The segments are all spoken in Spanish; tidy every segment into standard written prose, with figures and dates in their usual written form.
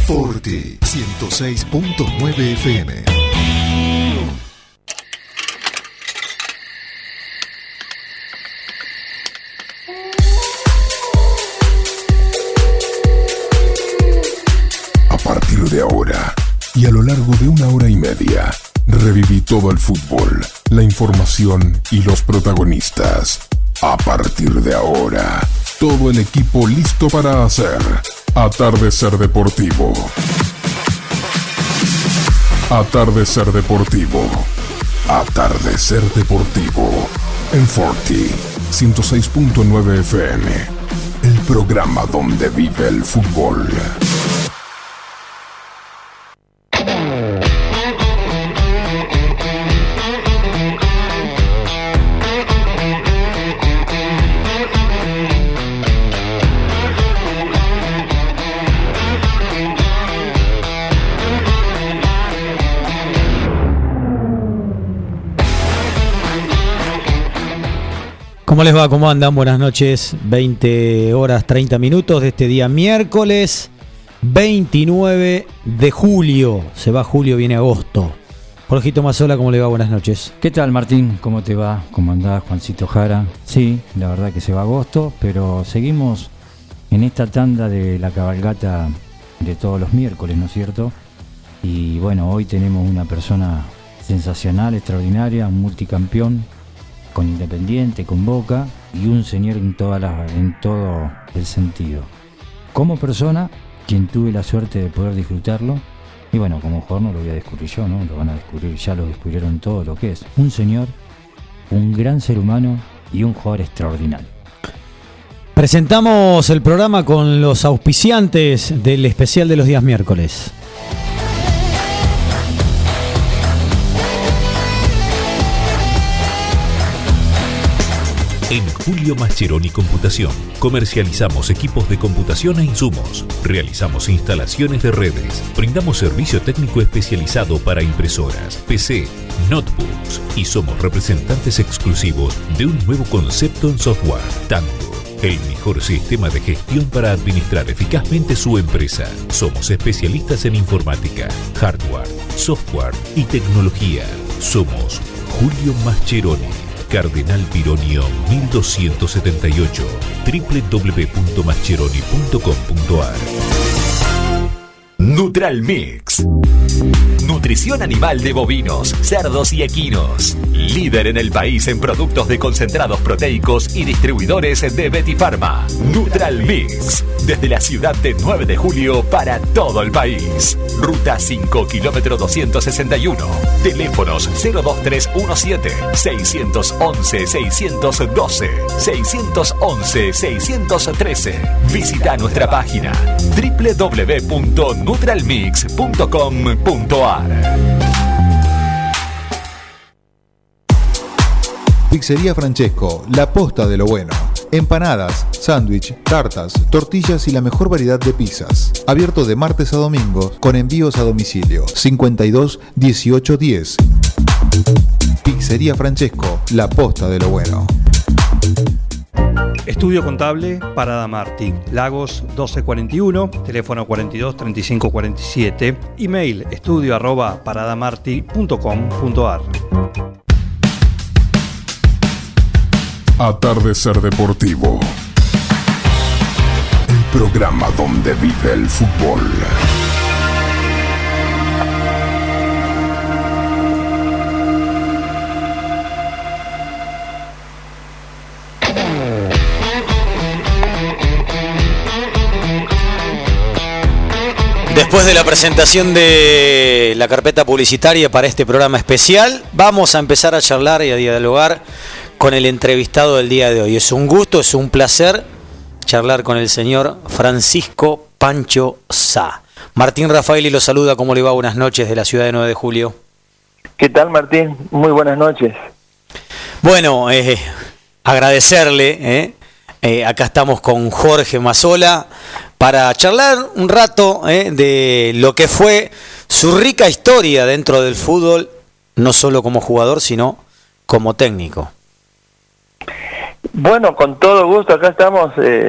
Forti 106.9 FM. A partir de ahora y a lo largo de 1 hora y media, reviví todo el fútbol, la información y los protagonistas. A partir de ahora, todo el equipo listo para hacer Atardecer Deportivo. Atardecer Deportivo. Atardecer Deportivo. En Forti 106.9 FM. El programa donde vive el fútbol. ¿Cómo les va? ¿Cómo andan? Buenas noches. 20 horas 30 minutos de este día miércoles 29 de julio. Se va julio, viene agosto. Jorgito Mazzola, ¿cómo le va? Buenas noches. ¿Qué tal, Martín? ¿Cómo te va? ¿Cómo andás, Juancito Jara? Sí, la verdad que se va agosto, pero seguimos en esta tanda de la cabalgata de todos los miércoles, ¿no es cierto? Y bueno, hoy tenemos una persona sensacional, extraordinaria, un multicampeón, con Independiente, con Boca, y un señor en todo el sentido. Como persona, quien tuve la suerte de poder disfrutarlo, y bueno, como jugador no lo voy a descubrir yo, ¿no? Lo van a descubrir, ya lo descubrieron todo lo que es. Un señor, un gran ser humano y un jugador extraordinario. Presentamos el programa con los auspiciantes del especial de los días miércoles. En Julio Mascheroni Computación, comercializamos equipos de computación e insumos, realizamos instalaciones de redes, brindamos servicio técnico especializado para impresoras, PC, notebooks y somos representantes exclusivos de un nuevo concepto en software, Tango, el mejor sistema de gestión para administrar eficazmente su empresa. Somos especialistas en informática, hardware, software y tecnología. Somos Julio Mascheroni. Cardenal Pironio 1278, www.mascheroni.com.ar. Nutralmix. Nutrición animal de bovinos, cerdos y equinos. Líder en el país en productos de concentrados proteicos y distribuidores de Betifarma. Nutralmix. Desde la ciudad de 9 de julio para todo el país. Ruta 5, kilómetro 261. Teléfonos 02317 611 612 611 613. Visita nuestra página www.nutralmix.com.ar. Pizzería Francesco, la posta de lo bueno. Empanadas, sándwich, tartas, tortillas y la mejor variedad de pizzas. Abierto de martes a domingo con envíos a domicilio. 52 18 10. Pizzería Francesco, la posta de lo bueno. Estudio Contable Parada Martí, Lagos 1241, teléfono 42 35 47, email estudio@paradamarti.com.ar. Atardecer Deportivo. El programa donde vive el fútbol. Después de la presentación de la carpeta publicitaria para este programa especial, vamos a empezar a charlar y a dialogar con el entrevistado del día de hoy. Es un gusto, es un placer charlar con el señor Francisco Pancho Sá. Martín Rafaeli lo saluda, ¿cómo le va? Buenas noches de la ciudad de 9 de julio. ¿Qué tal, Martín? Muy buenas noches. Bueno, agradecerle, acá estamos con Jorge Mazzola para charlar un rato de lo que fue su rica historia dentro del fútbol, no solo como jugador, sino como técnico. Bueno, con todo gusto, acá estamos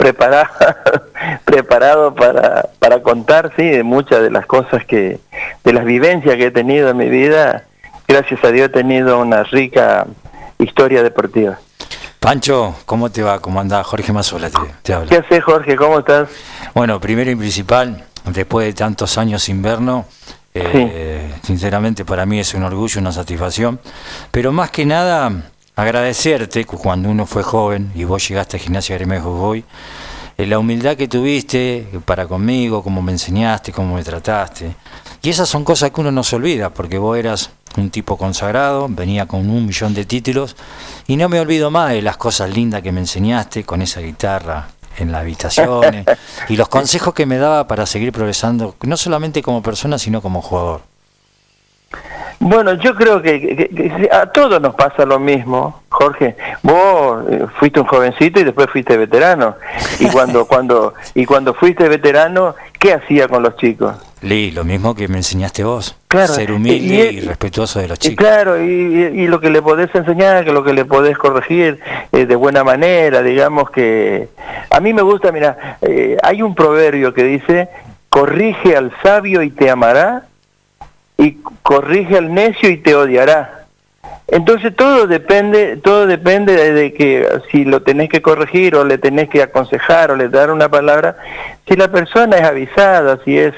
preparado para contar, sí, de muchas de las cosas de las vivencias que he tenido en mi vida. Gracias a Dios he tenido una rica historia deportiva. Pancho, ¿cómo te va? ¿Cómo andás? Jorge Mazola te habla. ¿Qué haces, Jorge? ¿Cómo estás? Bueno, primero y principal, después de tantos años sin vernos, sinceramente para mí es un orgullo, una satisfacción, pero más que nada agradecerte cuando uno fue joven y vos llegaste a Gimnasia Grima de Jujuy, la humildad que tuviste para conmigo, cómo me enseñaste, cómo me trataste, y esas son cosas que uno no se olvida, porque vos eras un tipo consagrado, venía con 1 millón de títulos, y no me olvido más de las cosas lindas que me enseñaste con esa guitarra en las habitaciones y los consejos que me daba para seguir progresando, no solamente como persona, sino como jugador. Bueno, yo creo que a todos nos pasa lo mismo, Jorge. Vos fuiste un jovencito y después fuiste veterano. Y cuando fuiste veterano, ¿qué hacía con los chicos? Lo mismo que me enseñaste vos, claro, ser humilde y respetuoso de los chicos. Claro, y lo que le podés enseñar, que lo que le podés corregir de buena manera, digamos que... A mí me gusta, mira, hay un proverbio que dice, corrige al sabio y te amará, y corrige al necio y te odiará. Entonces todo depende de que si lo tenés que corregir o le tenés que aconsejar o le dar una palabra, si la persona es avisada, si es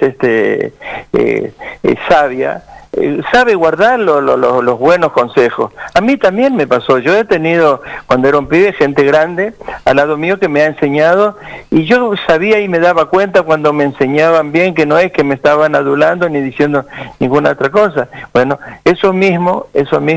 sabia, sabe guardar los buenos consejos. A mí también me pasó, yo he tenido, cuando era un pibe, gente grande al lado mío que me ha enseñado, y yo sabía y me daba cuenta cuando me enseñaban bien, que no es que me estaban adulando ni diciendo ninguna otra cosa. Bueno, eso mismo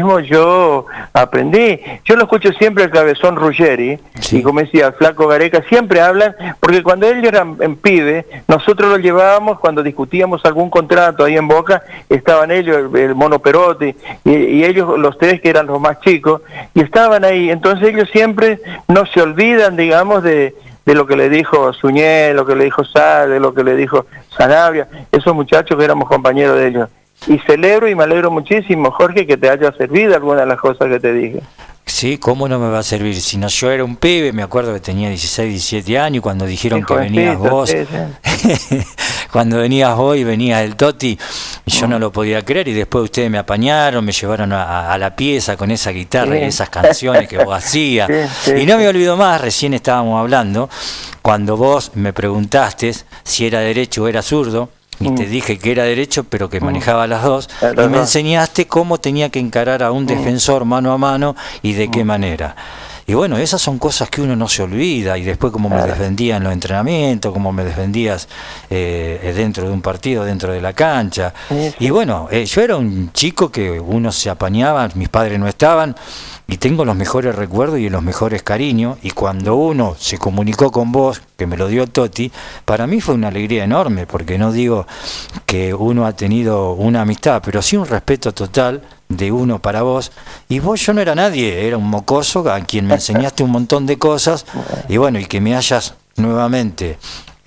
yo aprendí. Yo lo escucho siempre al Cabezón Ruggeri, sí. Y como decía el Flaco Gareca, siempre hablan, porque cuando ellos eran en pibe, nosotros los llevábamos, cuando discutíamos algún contrato ahí en Boca, estaban ellos, el Mono Perotti, y ellos, los tres que eran los más chicos, y estaban ahí. Entonces ellos siempre no se olvidan, digamos, de lo que le dijo Suñé, lo que le dijo Sade, lo que le dijo Sanabria, esos muchachos que éramos compañeros de ellos. Y celebro y me alegro muchísimo, Jorge, que te haya servido alguna de las cosas que te dije. Sí, ¿cómo no me va a servir? Si no, yo era un pibe, me acuerdo que tenía 16, 17 años, cuando dijeron que venías vos, sí. Cuando venías vos y venía el Toti, y yo no lo podía creer, y después ustedes me apañaron, me llevaron a la pieza con esa guitarra y esas canciones que vos hacías, y no me olvido más, recién estábamos hablando, cuando vos me preguntaste si era derecho o era zurdo, y te dije que era derecho, pero que manejaba las dos, y me enseñaste cómo tenía que encarar a un defensor mano a mano y de qué manera. Y bueno, esas son cosas que uno no se olvida, y después cómo me defendía en los entrenamientos, cómo me defendías dentro de un partido, dentro de la cancha. Y bueno, yo era un chico que uno se apañaba, mis padres no estaban, y tengo los mejores recuerdos y los mejores cariños, y cuando uno se comunicó con vos, que me lo dio el Toti, para mí fue una alegría enorme, porque no digo que uno ha tenido una amistad, pero sí un respeto total de uno para vos, y vos, yo no era nadie, era un mocoso a quien me enseñaste un montón de cosas, y bueno, y que me hayas nuevamente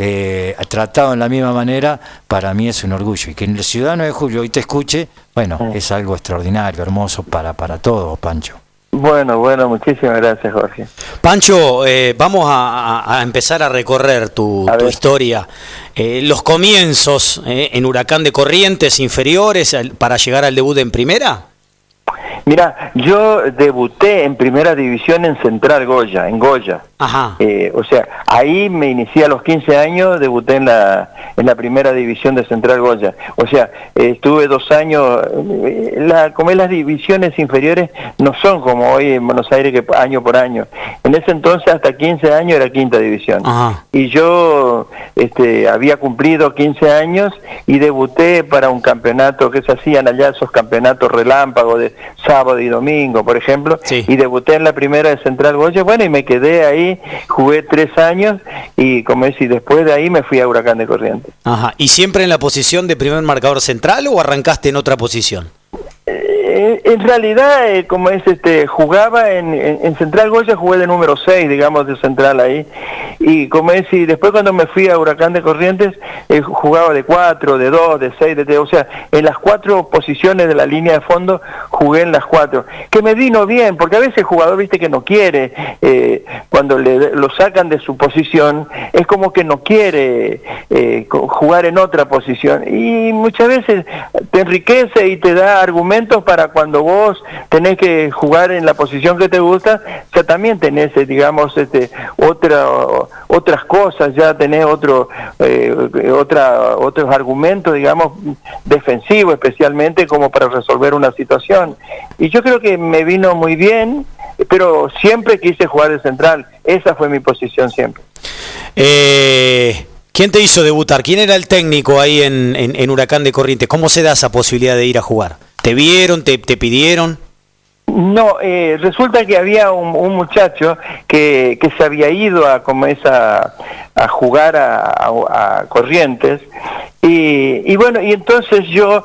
tratado en la misma manera, para mí es un orgullo, y que en el Ciudadano de Julio hoy te escuche, bueno, es algo extraordinario, hermoso para todos, Pancho. Bueno, muchísimas gracias, Jorge. Pancho, vamos a empezar a recorrer tu historia. Los comienzos en Huracán de Corrientes inferiores para llegar al debut en primera. Mira, yo debuté en primera división en Central Goya, en Goya. Ajá. O sea, ahí me inicié a los 15 años, debuté en la primera división de Central Goya. O sea, estuve 2 años, como las divisiones inferiores no son como hoy en Buenos Aires, que año por año. En ese entonces hasta 15 años era quinta división. Ajá. Y yo había cumplido 15 años y debuté para un campeonato que se hacían allá, esos campeonatos relámpagos de sábado y domingo, por ejemplo, sí. Y debuté en la primera de Central Goya, bueno, y me quedé ahí, jugué 3 años, y como decís, después de ahí me fui a Huracán de Corrientes. Ajá, ¿y siempre en la posición de primer marcador central o arrancaste en otra posición? En realidad, como es, jugaba en Central Goya, jugué de número 6, digamos, de central ahí, y como es, y después cuando me fui a Huracán de Corrientes, jugaba de 4, de 2, de 6, de 3, o sea, en las 4 posiciones de la línea de fondo, jugué en las 4, que me vino bien, porque a veces el jugador, viste, que no quiere, cuando lo sacan de su posición, es como que no quiere jugar en otra posición, y muchas veces te enriquece y te da argumentos para cuando vos tenés que jugar en la posición que te gusta, ya también tenés, digamos, otras cosas, ya tenés otros argumentos, digamos, defensivos especialmente, como para resolver una situación. Y yo creo que me vino muy bien, pero siempre quise jugar de central, esa fue mi posición siempre. ¿Quién te hizo debutar? ¿Quién era el técnico ahí en Huracán de Corrientes? ¿Cómo se da esa posibilidad de ir a jugar? ¿Te vieron? ¿Te pidieron? No, resulta que había un muchacho que se había ido a jugar a Corrientes, y bueno, y entonces yo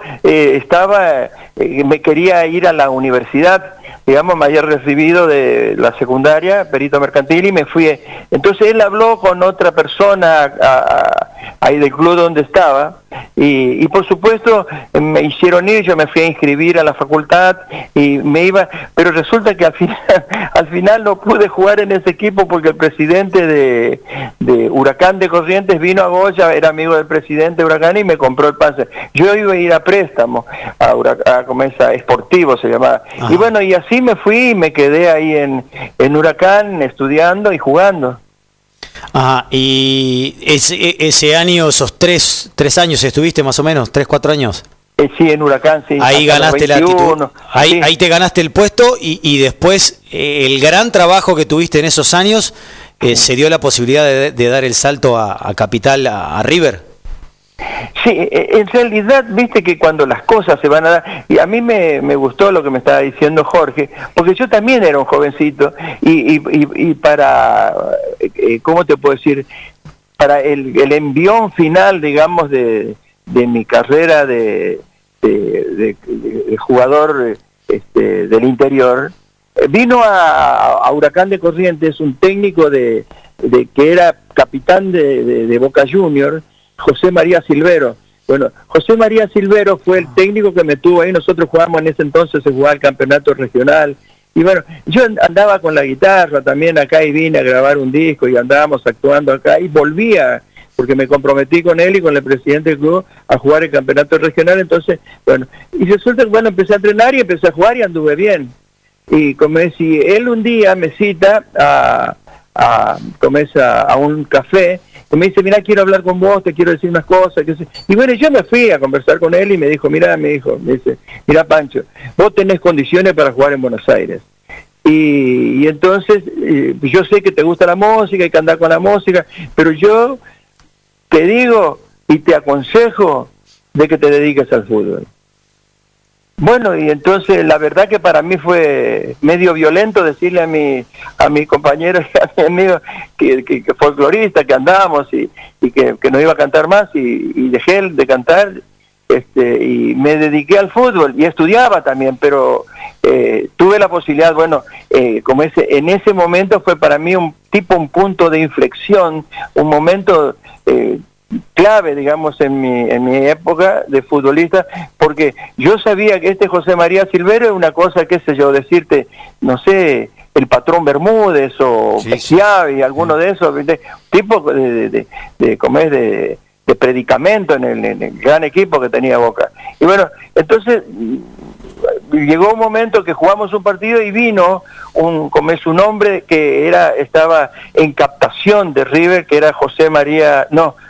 me quería ir a la universidad, digamos, me había recibido de la secundaria, perito mercantil, y me fui. Entonces él habló con otra persona ahí del club donde estaba, y por supuesto me hicieron ir, yo me fui a inscribir a la facultad y me iba, pero resulta que al final no pude jugar en ese equipo porque el presidente de Huracán de Corrientes vino a Goya, era amigo del presidente de Huracán y me compró el pase. Yo iba a ir a préstamo, como Sportivo se llamaba. Ajá. Y bueno, y así me fui y me quedé ahí en Huracán estudiando y jugando. Ajá, y ese año, esos tres años estuviste más o menos, 3-4 años. Sí, en Huracán, sí. Ahí ganaste 21, ahí te ganaste el puesto y después el gran trabajo que tuviste en esos años se dio la posibilidad de dar el salto a Capital, a River. Sí, en realidad, viste que cuando las cosas se van a dar, y a mí me gustó lo que me estaba diciendo Jorge, porque yo también era un jovencito, y para, ¿cómo te puedo decir? Para el envión final, digamos, de mi carrera de jugador del interior, vino a Huracán de Corrientes un técnico que era capitán de Boca Juniors, José María Silvero. Bueno, José María Silvero fue el técnico que me tuvo ahí, nosotros jugábamos en ese entonces, se jugaba el campeonato regional, y bueno, yo andaba con la guitarra también acá y vine a grabar un disco y andábamos actuando acá y volvía, porque me comprometí con él y con el presidente del club a jugar el campeonato regional, entonces, bueno, y resulta que, bueno, empecé a entrenar y empecé a jugar y anduve bien. Y como si él un día me cita a un café, y me dice, mira, quiero hablar con vos, te quiero decir unas cosas. Y bueno, yo me fui a conversar con él y me dijo, mira, Pancho, vos tenés condiciones para jugar en Buenos Aires. Y entonces, yo sé que te gusta la música, hay que andar con la música, pero yo te digo y te aconsejo de que te dediques al fútbol. Bueno, y entonces la verdad que para mí fue medio violento decirle a mi compañero y a mi amigo que folclorista, que andamos y que no iba a cantar más, y dejé de cantar, y me dediqué al fútbol y estudiaba también, pero tuve la posibilidad, bueno, en ese momento fue para mí un punto de inflexión, un momento clave, digamos, en mi época de futbolista, porque yo sabía que José María Silvero es una cosa, qué sé yo, decirte, no sé, el Patrón Bermúdez o Chiavi, alguno de esos, tipo de predicamento en el gran equipo que tenía Boca. Y bueno, entonces llegó un momento que jugamos un partido y vino un hombre que estaba en captación de River, que era José María,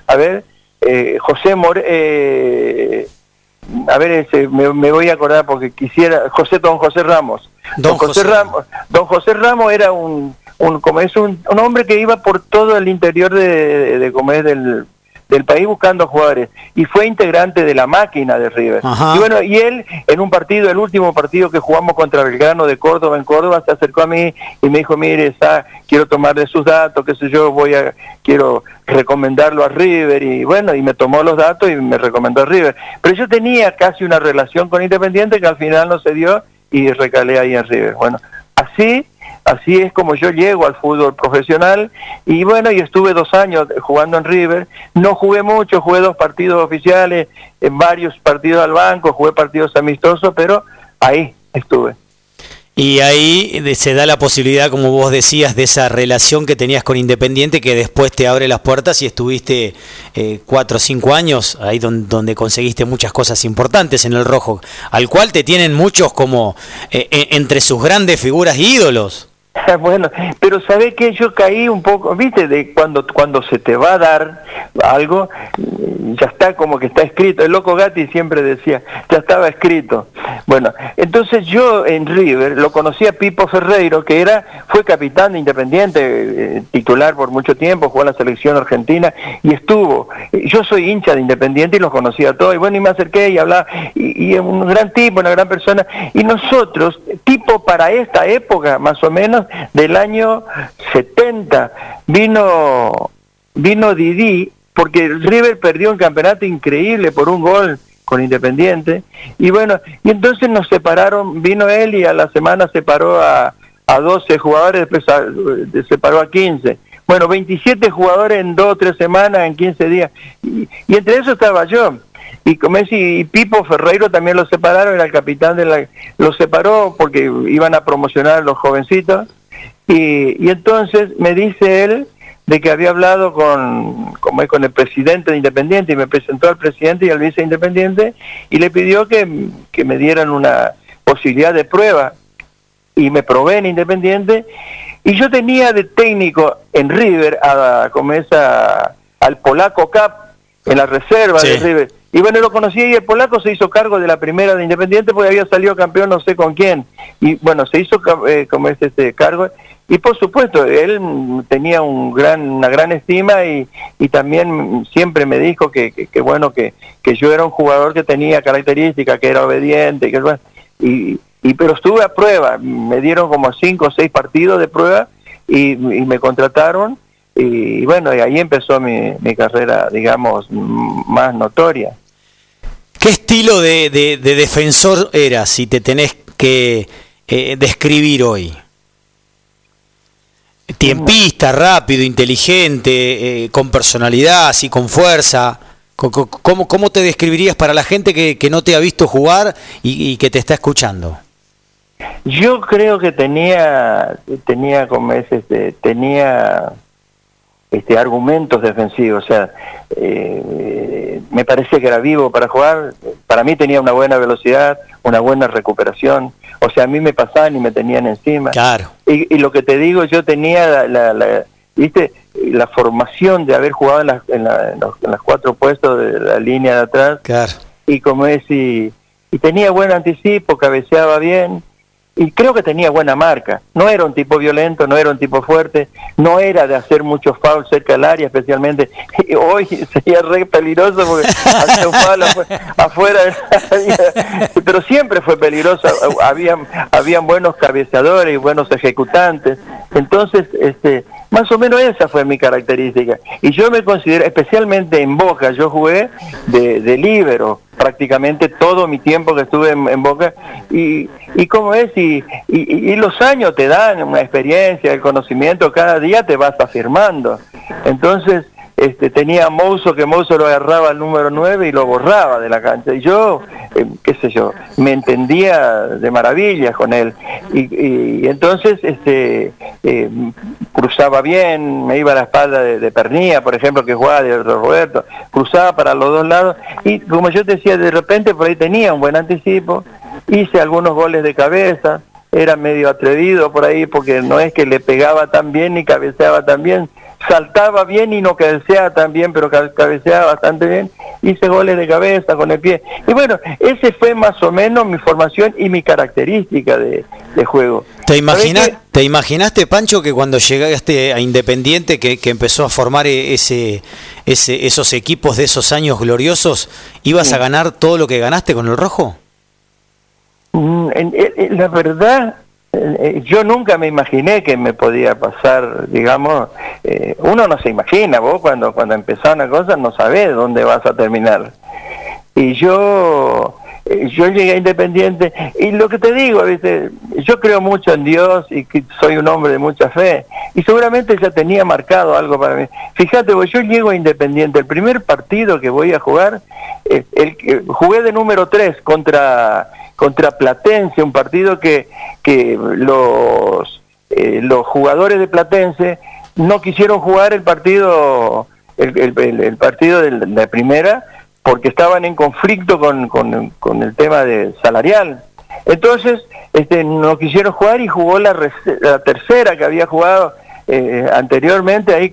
me voy a acordar porque quisiera, Don José Ramos. Don José Ramos era un hombre que iba por todo el interior del país buscando jugadores, y fue integrante de la máquina de River. Ajá. Y bueno, y él en un partido, el último partido que jugamos contra Belgrano de Córdoba, en Córdoba, se acercó a mí y me dijo, mire, quiero tomarle sus datos, qué sé yo, quiero recomendarlo a River, y bueno, y me tomó los datos y me recomendó a River. Pero yo tenía casi una relación con Independiente que al final no se dio, y recalé ahí en River. Bueno, así es como yo llego al fútbol profesional, y bueno, y estuve 2 años jugando en River. No jugué mucho, jugué 2 partidos oficiales, en varios partidos al banco, jugué partidos amistosos, pero ahí estuve. Y ahí se da la posibilidad, como vos decías, de esa relación que tenías con Independiente, que después te abre las puertas, y estuviste 4 o 5 años ahí donde conseguiste muchas cosas importantes en el rojo, al cual te tienen muchos como entre sus grandes figuras y ídolos. Bueno, pero ¿sabés qué? Yo caí un poco, ¿viste? De cuando se te va a dar algo, ya está como que está escrito. El Loco Gatti siempre decía, ya estaba escrito. Bueno, entonces yo en River lo conocí a Pipo Ferreiro, que fue capitán de Independiente, titular por mucho tiempo, jugó en la selección argentina y estuvo. Yo soy hincha de Independiente y los conocía a todos, y bueno, y me acerqué y hablaba, y un gran tipo, una gran persona. Y nosotros, tipo para esta época, más o menos, del año 70, vino Didi, porque River perdió un campeonato increíble por un gol con Independiente, y bueno, y entonces nos separaron, vino él y a la semana separó a 12 jugadores, después separó a 15. Bueno, 27 jugadores en 2 o 3 semanas, en 15 días, y entre eso estaba yo. Y y Pipo Ferreiro también lo separaron, era el capitán lo separó porque iban a promocionar a los jovencitos, y entonces me dice él de que había hablado con el presidente de Independiente, y me presentó al presidente y al vice de Independiente, y le pidió que me dieran una posibilidad de prueba, y me probé en Independiente, y yo tenía de técnico en River al polaco Cap en la reserva de River. Y bueno, lo conocí, y el polaco se hizo cargo de la primera de Independiente porque había salido campeón no sé con quién. Y bueno, se hizo cargo. Y por supuesto, él tenía una gran estima, y también siempre me dijo que bueno, que yo era un jugador que tenía características, que era obediente, pero estuve a prueba. Me dieron como 5 o 6 partidos de prueba y me contrataron. Y bueno, y ahí empezó mi carrera, digamos, más notoria. ¿Qué estilo de defensor eras, si te tenés que describir hoy? Tiempista, rápido, inteligente, con personalidad, así con fuerza. ¿Cómo te describirías para la gente que no te ha visto jugar y que te está escuchando? Yo creo que tenía argumentos defensivos, o sea, me parecía que era vivo para jugar. Para mí tenía una buena velocidad, una buena recuperación, o sea, a mí me pasaban y me tenían encima. Claro. Y lo que te digo, yo tenía la formación de haber jugado en las 4 puestos de la línea de atrás. Claro. Y tenía buen anticipo, cabeceaba bien. Y creo que tenía buena marca. No era un tipo violento, no era un tipo fuerte, no era de hacer muchos fouls cerca del área, especialmente. Hoy sería re peligroso porque hace un foul afuera del área, pero siempre fue peligroso. Habían buenos cabeceadores y buenos ejecutantes. Entonces, más o menos esa fue mi característica. Y yo me considero, especialmente en Boca, yo jugué de líbero prácticamente todo mi tiempo que estuve en Boca, y como es, y los años te dan una experiencia, el conocimiento, cada día te vas afirmando. Entonces tenía a Mouso, que Mouso lo agarraba al número 9 y lo borraba de la cancha, y yo, me entendía de maravillas con él, y entonces cruzaba bien, me iba a la espalda de Pernía, por ejemplo, que jugaba de Roberto, cruzaba para los 2 lados, y como yo te decía, de repente por ahí tenía un buen anticipo, hice algunos goles de cabeza, era medio atrevido por ahí, porque no es que le pegaba tan bien ni cabeceaba tan bien, saltaba bien y no cabeceaba tan bien, pero cabeceaba bastante bien. Hice goles de cabeza con el pie. Y bueno, ese fue más o menos mi formación y mi característica de juego. ¿Te imaginaste, Pancho, que cuando llegaste a Independiente, que empezó a formar esos equipos de esos años gloriosos, ibas a ganar todo lo que ganaste con el rojo? La verdad, yo nunca me imaginé que me podía pasar, digamos, uno no se imagina, vos cuando empezás una cosa no sabés dónde vas a terminar. Y yo yo llegué a Independiente, y lo que te digo, ¿viste? Yo creo mucho en Dios y que soy un hombre de mucha fe, y seguramente ya tenía marcado algo para mí. Fíjate, yo llego a Independiente, el primer partido que voy a jugar, jugué de número 3 contra Platense, un partido que los jugadores de Platense no quisieron jugar el partido de la primera, porque estaban en conflicto con el tema de salarial. Entonces no quisieron jugar, y jugó la tercera que había jugado anteriormente ahí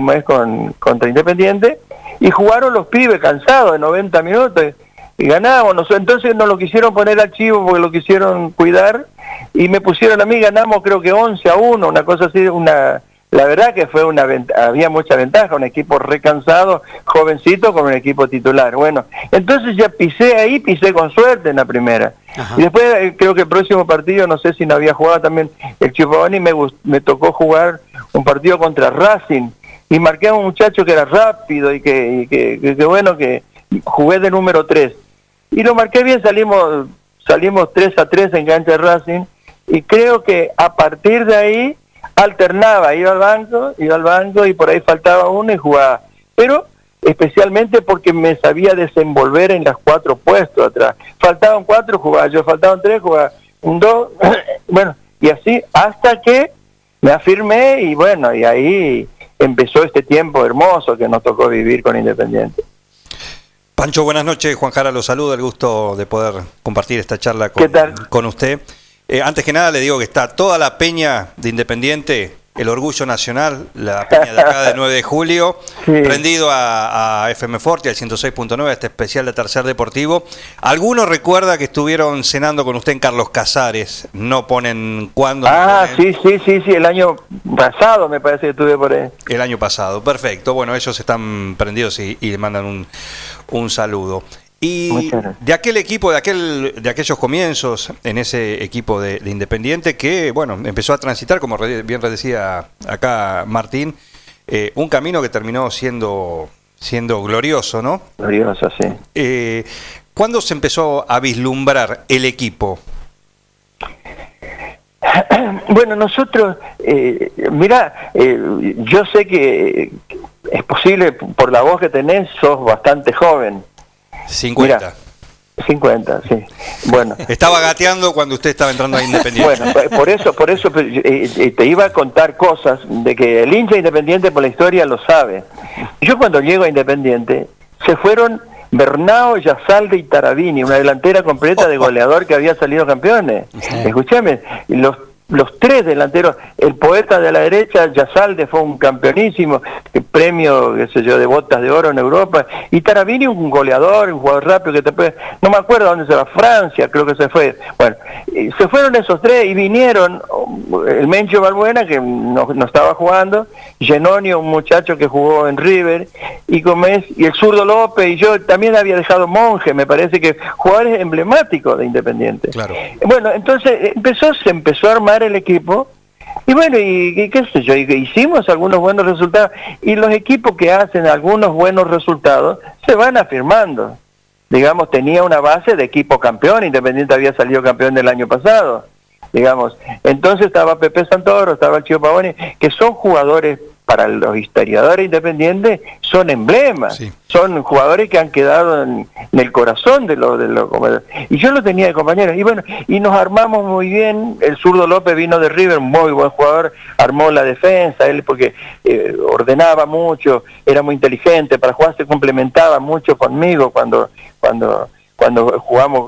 contra Independiente, y jugaron los pibes cansados de 90 minutos y ganábamos. Entonces no lo quisieron poner al chivo porque lo quisieron cuidar, y me pusieron a mí, ganamos creo que 11-1, una cosa así, la verdad que había mucha ventaja, un equipo recansado, jovencito, con un equipo titular. Bueno, entonces ya pisé con suerte en la primera. Ajá. Y después creo que el próximo partido, no sé si no había jugado también el Chupaboni, me tocó jugar un partido contra Racing, y marqué a un muchacho que era rápido y que bueno, que jugué de número 3. Y lo marqué bien, salimos 3-3 en cancha de Racing, y creo que a partir de ahí alternaba, iba al banco y por ahí faltaba uno y jugaba, pero especialmente porque me sabía desenvolver en las 4 puestos atrás. Faltaban 4, jugaba yo, faltaban 3, jugaba 1, 2, bueno, y así hasta que me afirmé, y bueno, y ahí empezó este tiempo hermoso que nos tocó vivir con Independiente. Pancho, buenas noches. Juan Jara lo saluda, el gusto de poder compartir esta charla con usted. Antes que nada le digo que está toda la peña de Independiente, el orgullo nacional, la peña de acá de 9 de julio, sí, prendido a FM Forte, al 106.9, este especial de Tercer Deportivo. Algunos recuerda que estuvieron cenando con usted en Carlos Casares, no ponen cuándo. Sí, el año pasado me parece que estuve por ahí. El año pasado, perfecto. Bueno, ellos están prendidos y le mandan un saludo. Y de aquel equipo, de aquellos comienzos en ese equipo de Independiente que, bueno, empezó a transitar, como bien decía acá Martín, un camino que terminó siendo glorioso, ¿no? Glorioso, sí. ¿Cuándo se empezó a vislumbrar el equipo? Bueno, nosotros, yo sé que es posible, por la voz que tenés, sos bastante joven. 50. Mirá, 50, sí. Bueno. Estaba gateando cuando usted estaba entrando a Independiente. Bueno, por eso te iba a contar cosas de que el hincha Independiente por la historia lo sabe. Yo cuando llego a Independiente, se fueron Bernao, Yasalde y Tarabini, una delantera completa de goleador que había salido campeones. Sí. Escúchame, los 3 delanteros, el poeta de la derecha, Yasalde, fue un campeonísimo, premio, qué sé yo, de botas de oro en Europa, y Tarabini un goleador, un jugador rápido no me acuerdo dónde se va, Francia creo que se fue. Bueno, se fueron esos 3 y vinieron el Mencho Balbuena, que no estaba jugando, Genonio, un muchacho que jugó en River, y el zurdo López, y yo también había dejado Monje, me parece que jugadores emblemáticos de Independiente. Claro. Bueno, entonces se empezó a armar el equipo, y bueno, y qué sé yo, hicimos algunos buenos resultados, y los equipos que hacen algunos buenos resultados se van afirmando. Digamos, tenía una base de equipo campeón, Independiente había salido campeón del año pasado, digamos. Entonces estaba Pepe Santoro, estaba el Chupaboni, que son jugadores, para los historiadores independientes, son emblemas, sí, son jugadores que han quedado en el corazón de los y yo lo tenía de compañero, y bueno, y nos armamos muy bien. El zurdo López vino de River, muy buen jugador, armó la defensa, él porque ordenaba mucho, era muy inteligente, para jugar se complementaba mucho conmigo cuando jugamos,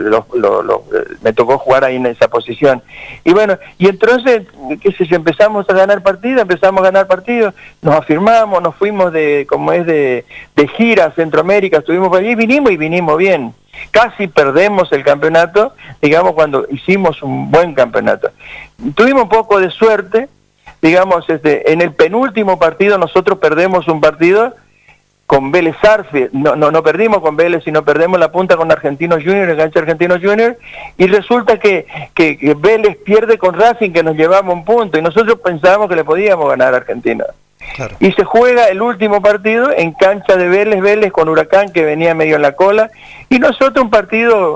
me tocó jugar ahí en esa posición. Y bueno, y entonces, qué sé yo, empezamos a ganar partidos, nos afirmamos, nos fuimos de gira a Centroamérica, estuvimos por allí, vinimos bien. Casi perdemos el campeonato, digamos, cuando hicimos un buen campeonato. Tuvimos un poco de suerte, digamos, en el penúltimo partido nosotros perdemos un partido con Vélez Sarsfield, no perdimos con Vélez, sino perdemos la punta con Argentinos Juniors, el gancho Argentinos Juniors, y resulta que Vélez pierde con Racing, que nos llevamos un punto, y nosotros pensábamos que le podíamos ganar a Argentinos. Claro. Y se juega el último partido en cancha de Vélez con Huracán, que venía medio en la cola, y nosotros un partido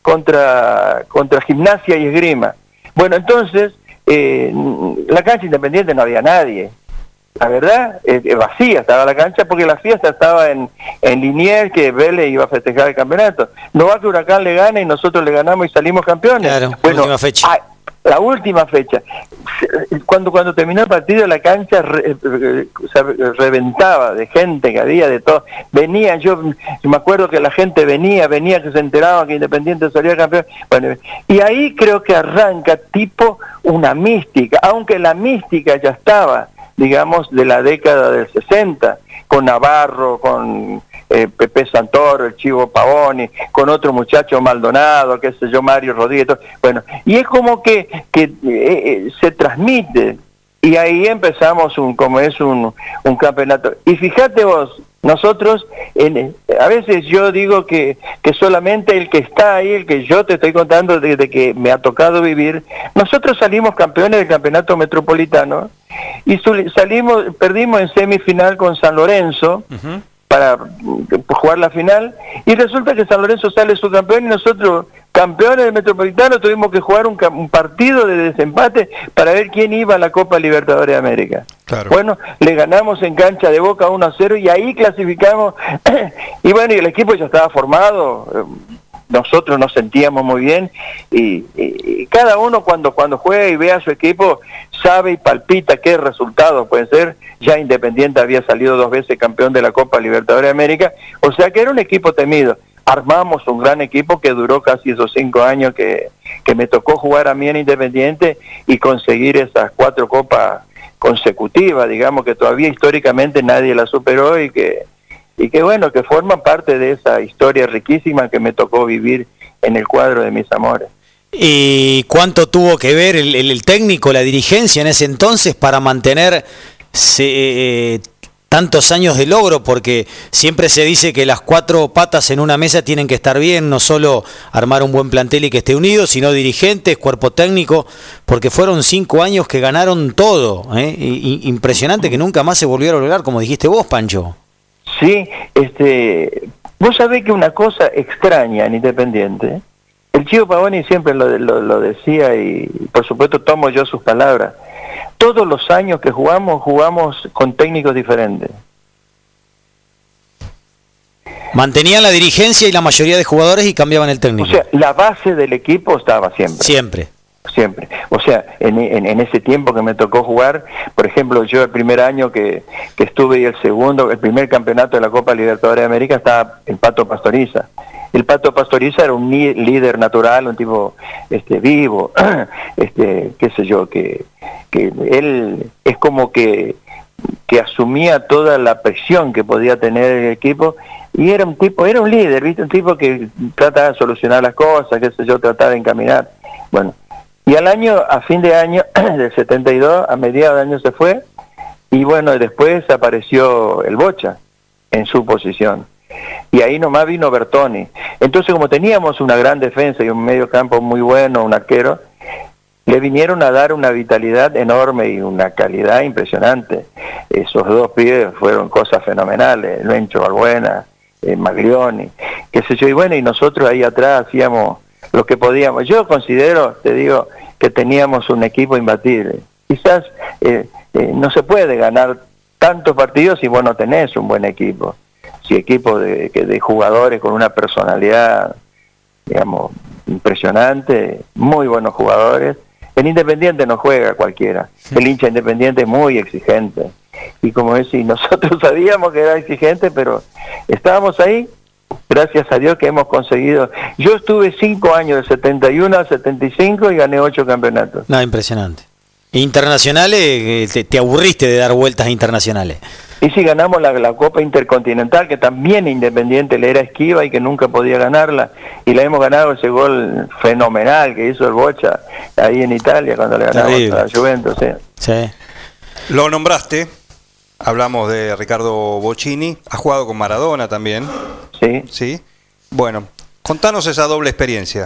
contra Gimnasia y Esgrima. Bueno, entonces, la cancha Independiente no había nadie. La verdad, vacía estaba la cancha porque la fiesta estaba en Liniers, que Vélez iba a festejar el campeonato. No va que Huracán le gane y nosotros le ganamos y salimos campeones. Claro, bueno, última fecha. La última fecha. Cuando terminó el partido, la cancha se reventaba de gente que había, de todo. Venían, yo me acuerdo que la gente venía, que se enteraban que Independiente salía campeón. Bueno, y ahí creo que arranca tipo una mística, aunque la mística ya estaba, digamos, de la década del 60, con Navarro, con Pepe Santoro, el Chivo Pavoni, con otro muchacho Maldonado, qué sé yo, Mario Rodríguez, todo. Bueno, y es como que se transmite, y ahí empezamos un campeonato. Y fíjate vos, nosotros, a veces yo digo que solamente el que está ahí, el que yo te estoy contando desde que me ha tocado vivir, nosotros salimos campeones del campeonato metropolitano, y perdimos en semifinal con San Lorenzo, para jugar la final, y resulta que San Lorenzo sale subcampeón y nosotros, campeones del Metropolitano, tuvimos que jugar un partido de desempate para ver quién iba a la Copa Libertadores de América. Claro. Bueno, le ganamos en cancha de Boca 1-0 y ahí clasificamos, y bueno, y el equipo ya estaba formado, nosotros nos sentíamos muy bien, y cada uno cuando juega y ve a su equipo sabe y palpita qué resultados pueden ser. Ya Independiente había salido 2 veces campeón de la Copa Libertadores de América, o sea que era un equipo temido. Armamos un gran equipo que duró casi esos 5 años que me tocó jugar a mí en Independiente y conseguir esas 4 copas consecutivas, digamos, que todavía históricamente nadie la superó y que bueno, que forman parte de esa historia riquísima que me tocó vivir en el cuadro de mis amores. ¿Y cuánto tuvo que ver el técnico, la dirigencia en ese entonces para mantener tantos años de logro? Porque siempre se dice que las 4 patas en una mesa tienen que estar bien, no solo armar un buen plantel y que esté unido, sino dirigentes, cuerpo técnico, porque fueron 5 años que ganaron todo, impresionante, que nunca más se volvieron a lograr, como dijiste vos, Pancho. Sí, vos sabés que una cosa extraña en Independiente, el Chivo Pavoni siempre lo decía, y por supuesto tomo yo sus palabras, todos los años que jugamos con técnicos diferentes. Mantenían la dirigencia y la mayoría de jugadores y cambiaban el técnico. O sea, la base del equipo estaba siempre. Siempre. O sea, en ese tiempo que me tocó jugar, por ejemplo, yo el primer año que estuve y el primer campeonato de la Copa Libertadores de América, estaba el Pato Pastoriza. El Pato Pastoriza era un líder natural, un tipo vivo, qué sé yo, que él es como que asumía toda la presión que podía tener el equipo, y era un líder, ¿viste? Un tipo que trataba de solucionar las cosas, qué sé yo, trataba de encaminar. Bueno, y a fin de año del 72, a mediados de año se fue, y bueno, después apareció el Bocha en su posición. Y ahí nomás vino Bertoni. Entonces, como teníamos una gran defensa y un medio campo muy bueno, un arquero, le vinieron a dar una vitalidad enorme y una calidad impresionante. Esos 2 pibes fueron cosas fenomenales, Lencho Balbuena, Maglioni, qué sé yo, y bueno, y nosotros ahí atrás hacíamos lo que podíamos. Yo considero, te digo, que teníamos un equipo imbatible. Quizás no se puede ganar tantos partidos si vos no tenés un buen equipo. Si equipo de jugadores con una personalidad, digamos, impresionante, muy buenos jugadores. En Independiente no juega cualquiera. El hincha Independiente es muy exigente. Y como decís, nosotros sabíamos que era exigente, pero estábamos ahí. Gracias a Dios que hemos conseguido. Yo estuve 5 años, de 71 a 75, y gané 8 campeonatos. No, impresionante. Internacionales, te aburriste de dar vueltas internacionales. Y sí, ganamos la Copa Intercontinental, que también Independiente le era esquiva y que nunca podía ganarla, y la hemos ganado ese gol fenomenal que hizo el Bocha ahí en Italia cuando le ganamos a la Juventus. Sí. Lo nombraste, hablamos de Ricardo Bocchini, ha jugado con Maradona también. Sí. Bueno, contanos esa doble experiencia.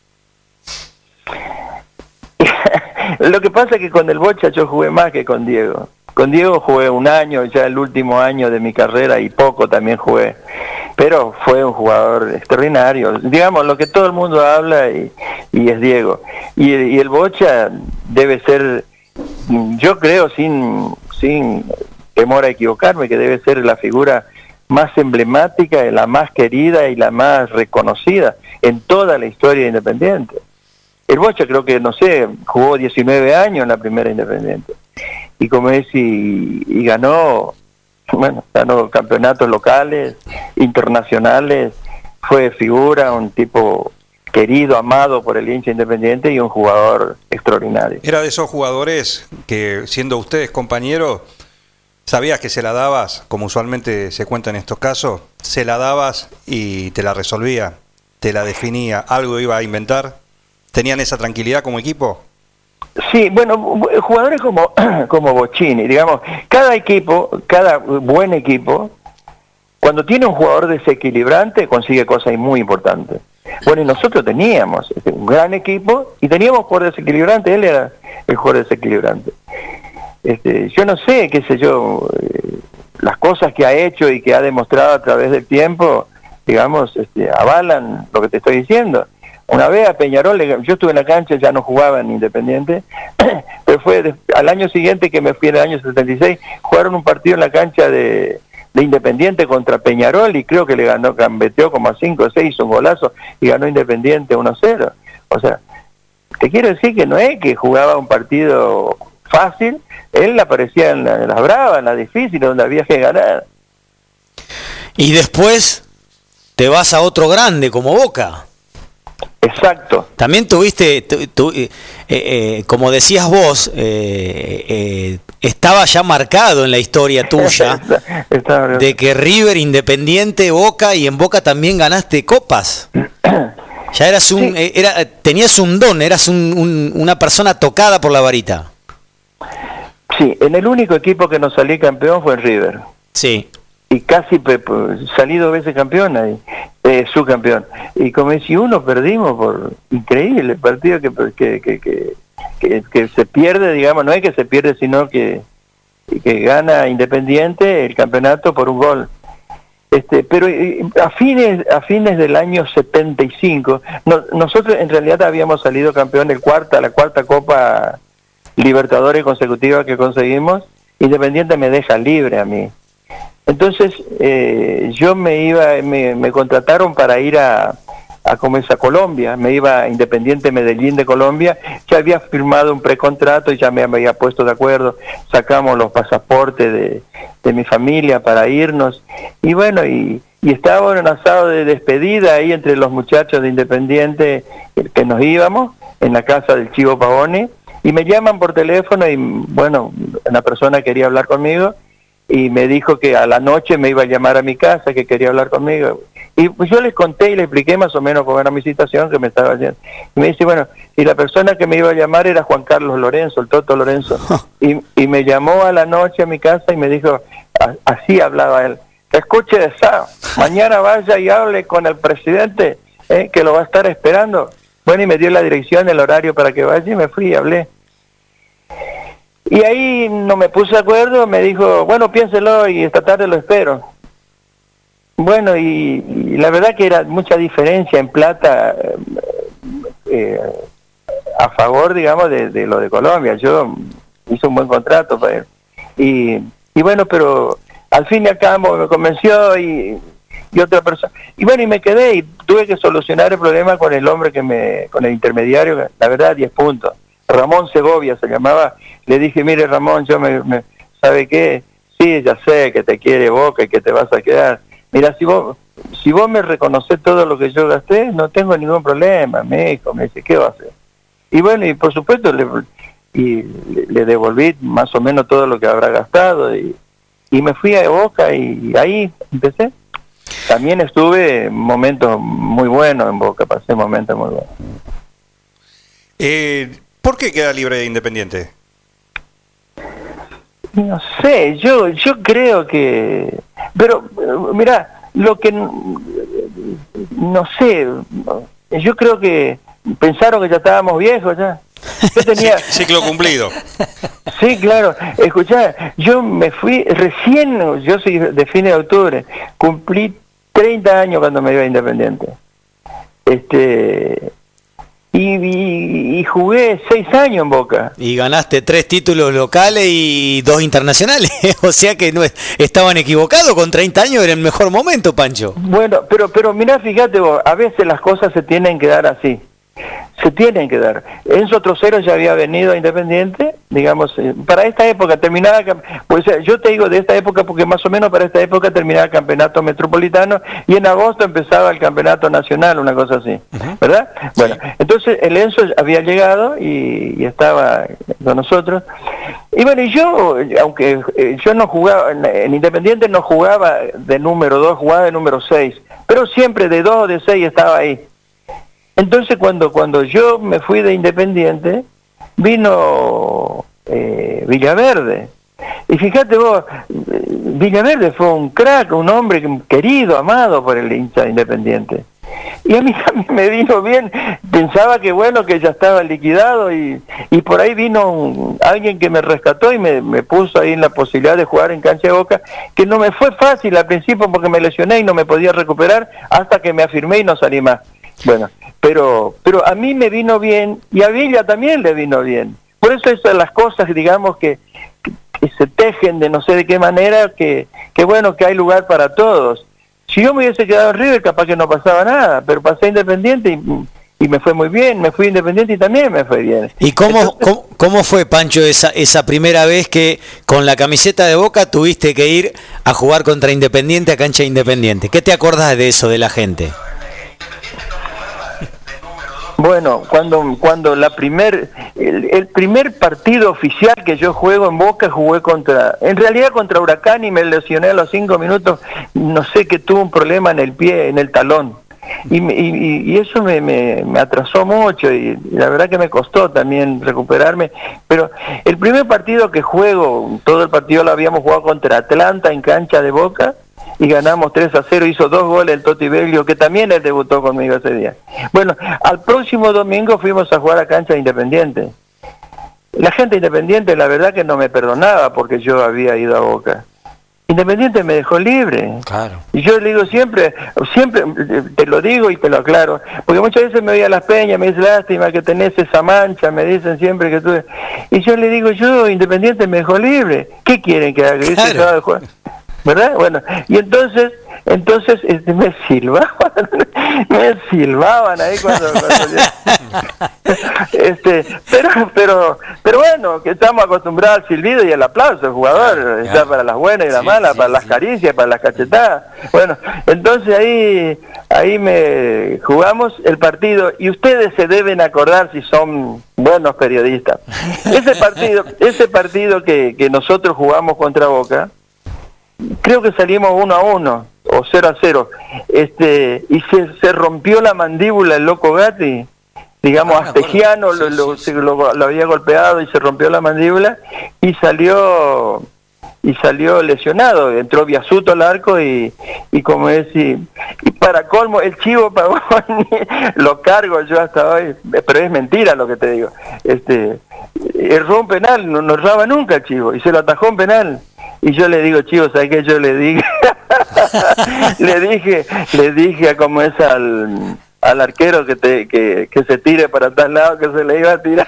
Lo que pasa es que con el Bocha yo jugué más que con Diego. Con Diego jugué 1 año, ya el último año de mi carrera, y poco también jugué. pero fue un jugador extraordinario, digamos lo que todo el mundo habla y es Diego. Y el Bocha debe ser, yo creo sin temor a equivocarme, que debe ser la figura más emblemática, la más querida y la más reconocida en toda la historia de Independiente. El Bocha creo que, no sé, jugó 19 años en la primera Independiente. Y como es, y ganó campeonatos locales, internacionales, fue figura, un tipo querido, amado por el hincha Independiente y un jugador extraordinario. Era de esos jugadores que, siendo ustedes compañeros, sabías que se la dabas, como usualmente se cuenta en estos casos, se la dabas y te la resolvía, te la definía, algo iba a inventar. ¿Tenían esa tranquilidad como equipo? Sí, bueno, jugadores como Bocchini, digamos, cada buen equipo, cuando tiene un jugador desequilibrante, consigue cosas muy importantes. Bueno, y nosotros teníamos un gran equipo y teníamos jugador desequilibrante, él era el jugador desequilibrante. Yo no sé, qué sé yo, las cosas que ha hecho y que ha demostrado a través del tiempo, digamos, avalan lo que te estoy diciendo. Una vez a Peñarol, yo estuve en la cancha, ya no jugaba en Independiente, pero fue al año siguiente que me fui, en el año 76, jugaron un partido en la cancha de Independiente contra Peñarol y creo que le ganó, gambeteó como a 5 o 6, hizo un golazo y ganó Independiente 1-0. O sea, te quiero decir que no es que jugaba un partido fácil, él aparecía en las bravas, en las difíciles, donde había que ganar. Y después te vas a otro grande como Boca. Exacto. También tuviste, como decías vos, estaba ya marcado en la historia tuya de que River, Independiente, Boca, y en Boca también ganaste copas. Ya eras tenías un don, eras una persona tocada por la varita. Sí, en el único equipo que no salí campeón fue en River. Sí. Y casi salí 2 veces campeón ahí, subcampeón. Y como si uno perdimos por increíble partido que se pierde, digamos, no es que se pierde, sino que gana Independiente el campeonato por un gol. Pero a fines del año 75, nosotros en realidad habíamos salido campeón la cuarta Copa Libertadores consecutiva que conseguimos. Independiente me deja libre a mí. Entonces yo me contrataron para ir a Colombia, me iba a Independiente Medellín de Colombia, ya había firmado un precontrato y ya me había puesto de acuerdo, sacamos los pasaportes de mi familia para irnos, y bueno, y estaba en un asado de despedida ahí entre los muchachos de Independiente que nos íbamos, en la casa del Chivo Pavone, y me llaman por teléfono y bueno, una persona quería hablar conmigo, y me dijo que a la noche me iba a llamar a mi casa, que quería hablar conmigo. Y pues yo les conté y le expliqué más o menos cómo era mi situación, que me estaba haciendo. Y me dice, bueno, y la persona que me iba a llamar era Juan Carlos Lorenzo, el Toto Lorenzo. Y me llamó a la noche a mi casa y me dijo, así hablaba él, escuche esa, mañana vaya y hable con el presidente, que lo va a estar esperando. Bueno, y me dio la dirección, el horario para que vaya y me fui y hablé. Y ahí no me puse de acuerdo, me dijo, bueno, piénselo y esta tarde lo espero. Bueno, y la verdad que era mucha diferencia en plata a favor, digamos, de lo de Colombia. Yo hice un buen contrato para él. Y bueno, pero al fin y al cabo me convenció y otra persona. Y bueno, y me quedé y tuve que solucionar el problema con el hombre con el intermediario, la verdad, 10 puntos. Ramón Segovia se llamaba. Le dije, mire Ramón, yo ¿sabe qué? Sí, ya sé que te quiere Boca y que te vas a quedar. Mira, si vos me reconoces todo lo que yo gasté, no tengo ningún problema, me dice, ¿qué va a hacer? Y bueno, y por supuesto le devolví más o menos todo lo que habrá gastado y me fui a Boca y ahí empecé. También estuve momentos muy buenos en Boca, pasé momentos muy buenos. ¿Por qué queda libre de Independiente? No sé, yo creo que... Pero, mira, lo que... No sé, yo creo que pensaron que ya estábamos viejos ya. Yo tenía... Ciclo cumplido. Sí, claro. Escuchá, yo me fui recién, yo soy de fines de octubre, cumplí 30 años cuando me iba a Independiente. Y jugué 6 años en Boca. Y ganaste 3 títulos locales y 2 internacionales. O sea que no estaban equivocados, con 30 años era el mejor momento, Pancho. Bueno, pero mirá, fíjate vos, a veces las cosas se tienen que dar así. Se tienen que dar. Enzo Trocero ya había venido a Independiente, digamos, para esta época terminaba, pues yo te digo de esta época porque más o menos para esta época terminaba el campeonato metropolitano y en agosto empezaba el campeonato nacional, una cosa así, ¿verdad? Bueno, entonces el Enzo había llegado y estaba con nosotros. Y bueno, y yo, aunque yo no jugaba, en Independiente no jugaba de número 2, jugaba de número 6, pero siempre de 2 o de 6 estaba ahí. Entonces cuando yo me fui de Independiente, vino Villaverde. Y fíjate vos, Villaverde fue un crack, un hombre querido, amado por el hincha de Independiente. Y a mí también me vino bien, pensaba que bueno, que ya estaba liquidado y por ahí vino alguien que me rescató y me puso ahí en la posibilidad de jugar en cancha de Boca, que no me fue fácil al principio porque me lesioné y no me podía recuperar hasta que me afirmé y no salí más. Bueno, pero a mí me vino bien y a Villa también le vino bien. Por eso esas son las cosas, digamos, que se tejen de no sé de qué manera, que bueno, que hay lugar para todos. Si yo me hubiese quedado en River, capaz que no pasaba nada, pero pasé a Independiente y me fue muy bien, me fui Independiente y también me fue bien. ¿Y cómo fue, Pancho, esa primera vez que con la camiseta de Boca tuviste que ir a jugar contra Independiente a cancha Independiente? ¿Qué te acordás de eso, de la gente? Bueno, cuando el primer partido oficial que yo juego en Boca, en realidad contra Huracán y me lesioné a los 5 minutos, no sé, que tuve un problema en el pie, en el talón. Y eso me atrasó mucho y la verdad que me costó también recuperarme. Pero el primer partido que juego, todo el partido lo habíamos jugado contra Atlanta en cancha de Boca, y ganamos 3-0, hizo 2 goles el Toti Beglio, que también él debutó conmigo ese día. Bueno, al próximo domingo fuimos a jugar a cancha Independiente. La gente Independiente, la verdad que no me perdonaba porque yo había ido a Boca. Independiente me dejó libre. Claro. Y yo le digo siempre, te lo digo y te lo aclaro, porque muchas veces me voy a Las Peñas, me dice, lástima que tenés esa mancha, me dicen siempre que tú... Y yo le digo, Independiente me dejó libre. ¿Qué quieren que haga? Claro. ¿Verdad? Bueno, y entonces me silbaban ahí cuando pero bueno, que estamos acostumbrados al silbido y al aplauso, el jugador está para las buenas y las malas, para las caricias, para las cachetadas. Bueno, entonces ahí me jugamos el partido y ustedes se deben acordar si son buenos periodistas. Ese partido que nosotros jugamos contra Boca, creo que salimos 1-1 o 0-0, y se rompió la mandíbula el Loco Gatti, digamos, Astegiano lo había golpeado y se rompió la mandíbula y salió lesionado, entró Biasuto al arco y como es, y para colmo el Chivo Pavoni lo cargo yo hasta hoy, pero es mentira lo que te digo, erró un penal, no erraba nunca el Chivo y se lo atajó un penal. Y yo le digo, Chivo, ¿sabes qué? Yo le dije, le dije como es al arquero que se tire para tal lado, que se le iba a tirar.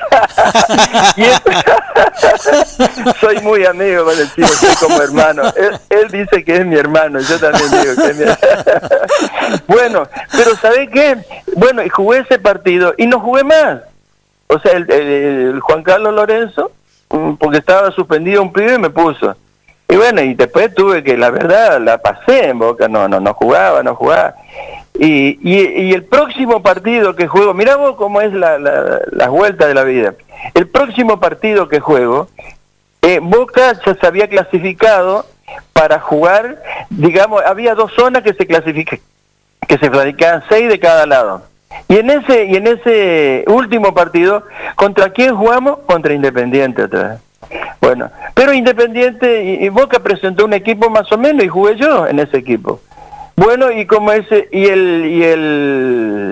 Soy muy amigo con el Chivo, soy como hermano. Él dice que es mi hermano, yo también digo que es mi hermano. Bueno, pero ¿sabés qué? Bueno, y jugué ese partido y no jugué más. O sea, el Juan Carlos Lorenzo, porque estaba suspendido un pibe, me puso. Y bueno, y después tuve que, la verdad, la pasé en Boca, no jugaba. Y el próximo partido que juego, mirá vos cómo es la vuelta de la vida. El próximo partido que juego, Boca ya se había clasificado para jugar, digamos, había 2 zonas que se clasificaban 6 de cada lado. Y en ese último partido, ¿contra quién jugamos? Contra Independiente otra vez. Bueno, pero Independiente y Boca presentó un equipo más o menos y jugué yo en ese equipo. Bueno, y como ese y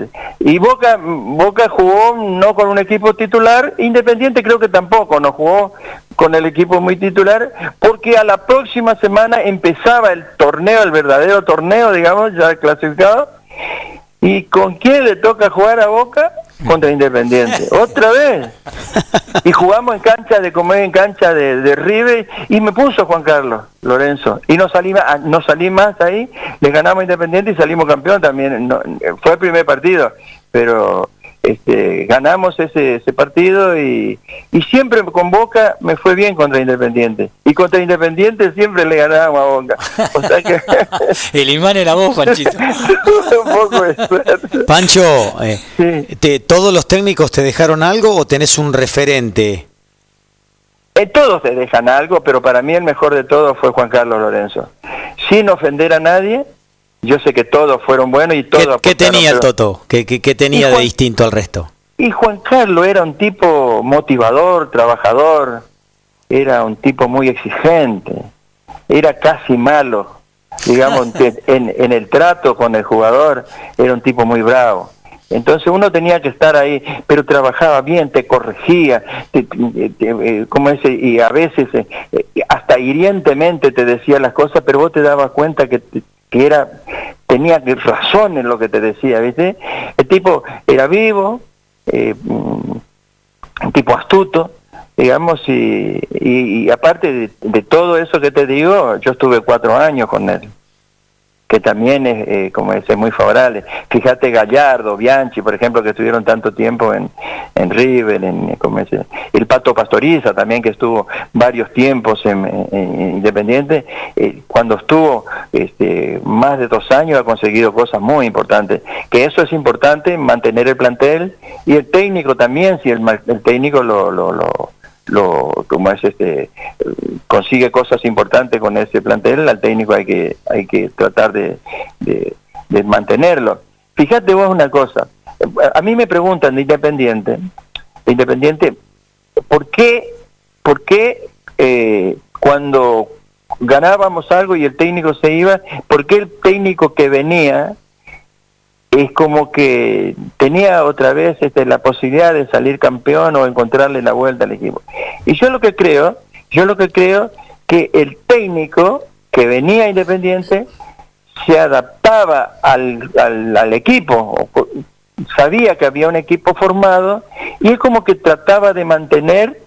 Y Boca jugó no con un equipo titular, Independiente creo que tampoco, no jugó con el equipo muy titular, porque a la próxima semana empezaba el torneo, el verdadero torneo, digamos, ya clasificado. ¿Y con quién le toca jugar a Boca? Contra Independiente. Otra vez. Y jugamos en cancha de River, y me puso Juan Carlos Lorenzo. Y no salí más ahí, le ganamos a Independiente y salimos campeón también. No, fue el primer partido, pero ganamos ese partido y siempre con Boca me fue bien contra Independiente. Y contra Independiente siempre le ganábamos a Boca. O sea que el imán era vos, Panchito. Un poco de suerte. Pancho, Sí. ¿todos los técnicos te dejaron algo o tenés un referente? Todos te dejan algo, pero para mí el mejor de todos fue Juan Carlos Lorenzo. Sin ofender a nadie, yo sé que todos fueron buenos y todos... ¿Qué tenía el Toto? ¿Qué tenía de distinto al resto? Y Juan Carlos era un tipo motivador, trabajador, era un tipo muy exigente, era casi malo, digamos, en el trato con el jugador, era un tipo muy bravo. Entonces uno tenía que estar ahí, pero trabajaba bien, te corregía, y a veces hasta hirientemente te decía las cosas, pero vos te dabas cuenta que tenía razón en lo que te decía, ¿viste? El tipo era vivo, un tipo astuto, digamos, y aparte de todo eso que te digo, yo estuve 4 años con él, que también es, es muy favorable. Fíjate, Gallardo, Bianchi, por ejemplo, que estuvieron tanto tiempo en River, el Pato Pastoriza también, que estuvo varios tiempos en Independiente, cuando estuvo más de 2 años ha conseguido cosas muy importantes, que eso es importante, mantener el plantel, y el técnico también, si el técnico consigue cosas importantes con ese plantel, al técnico hay que tratar de mantenerlo. Fíjate vos una cosa, a mí me preguntan de Independiente, ¿por qué cuando ganábamos algo y el técnico se iba, por qué el técnico que venía es como que tenía otra vez la posibilidad de salir campeón o encontrarle la vuelta al equipo? Y yo lo que creo que el técnico que venía a Independiente se adaptaba al equipo, sabía que había un equipo formado, y es como que trataba de mantener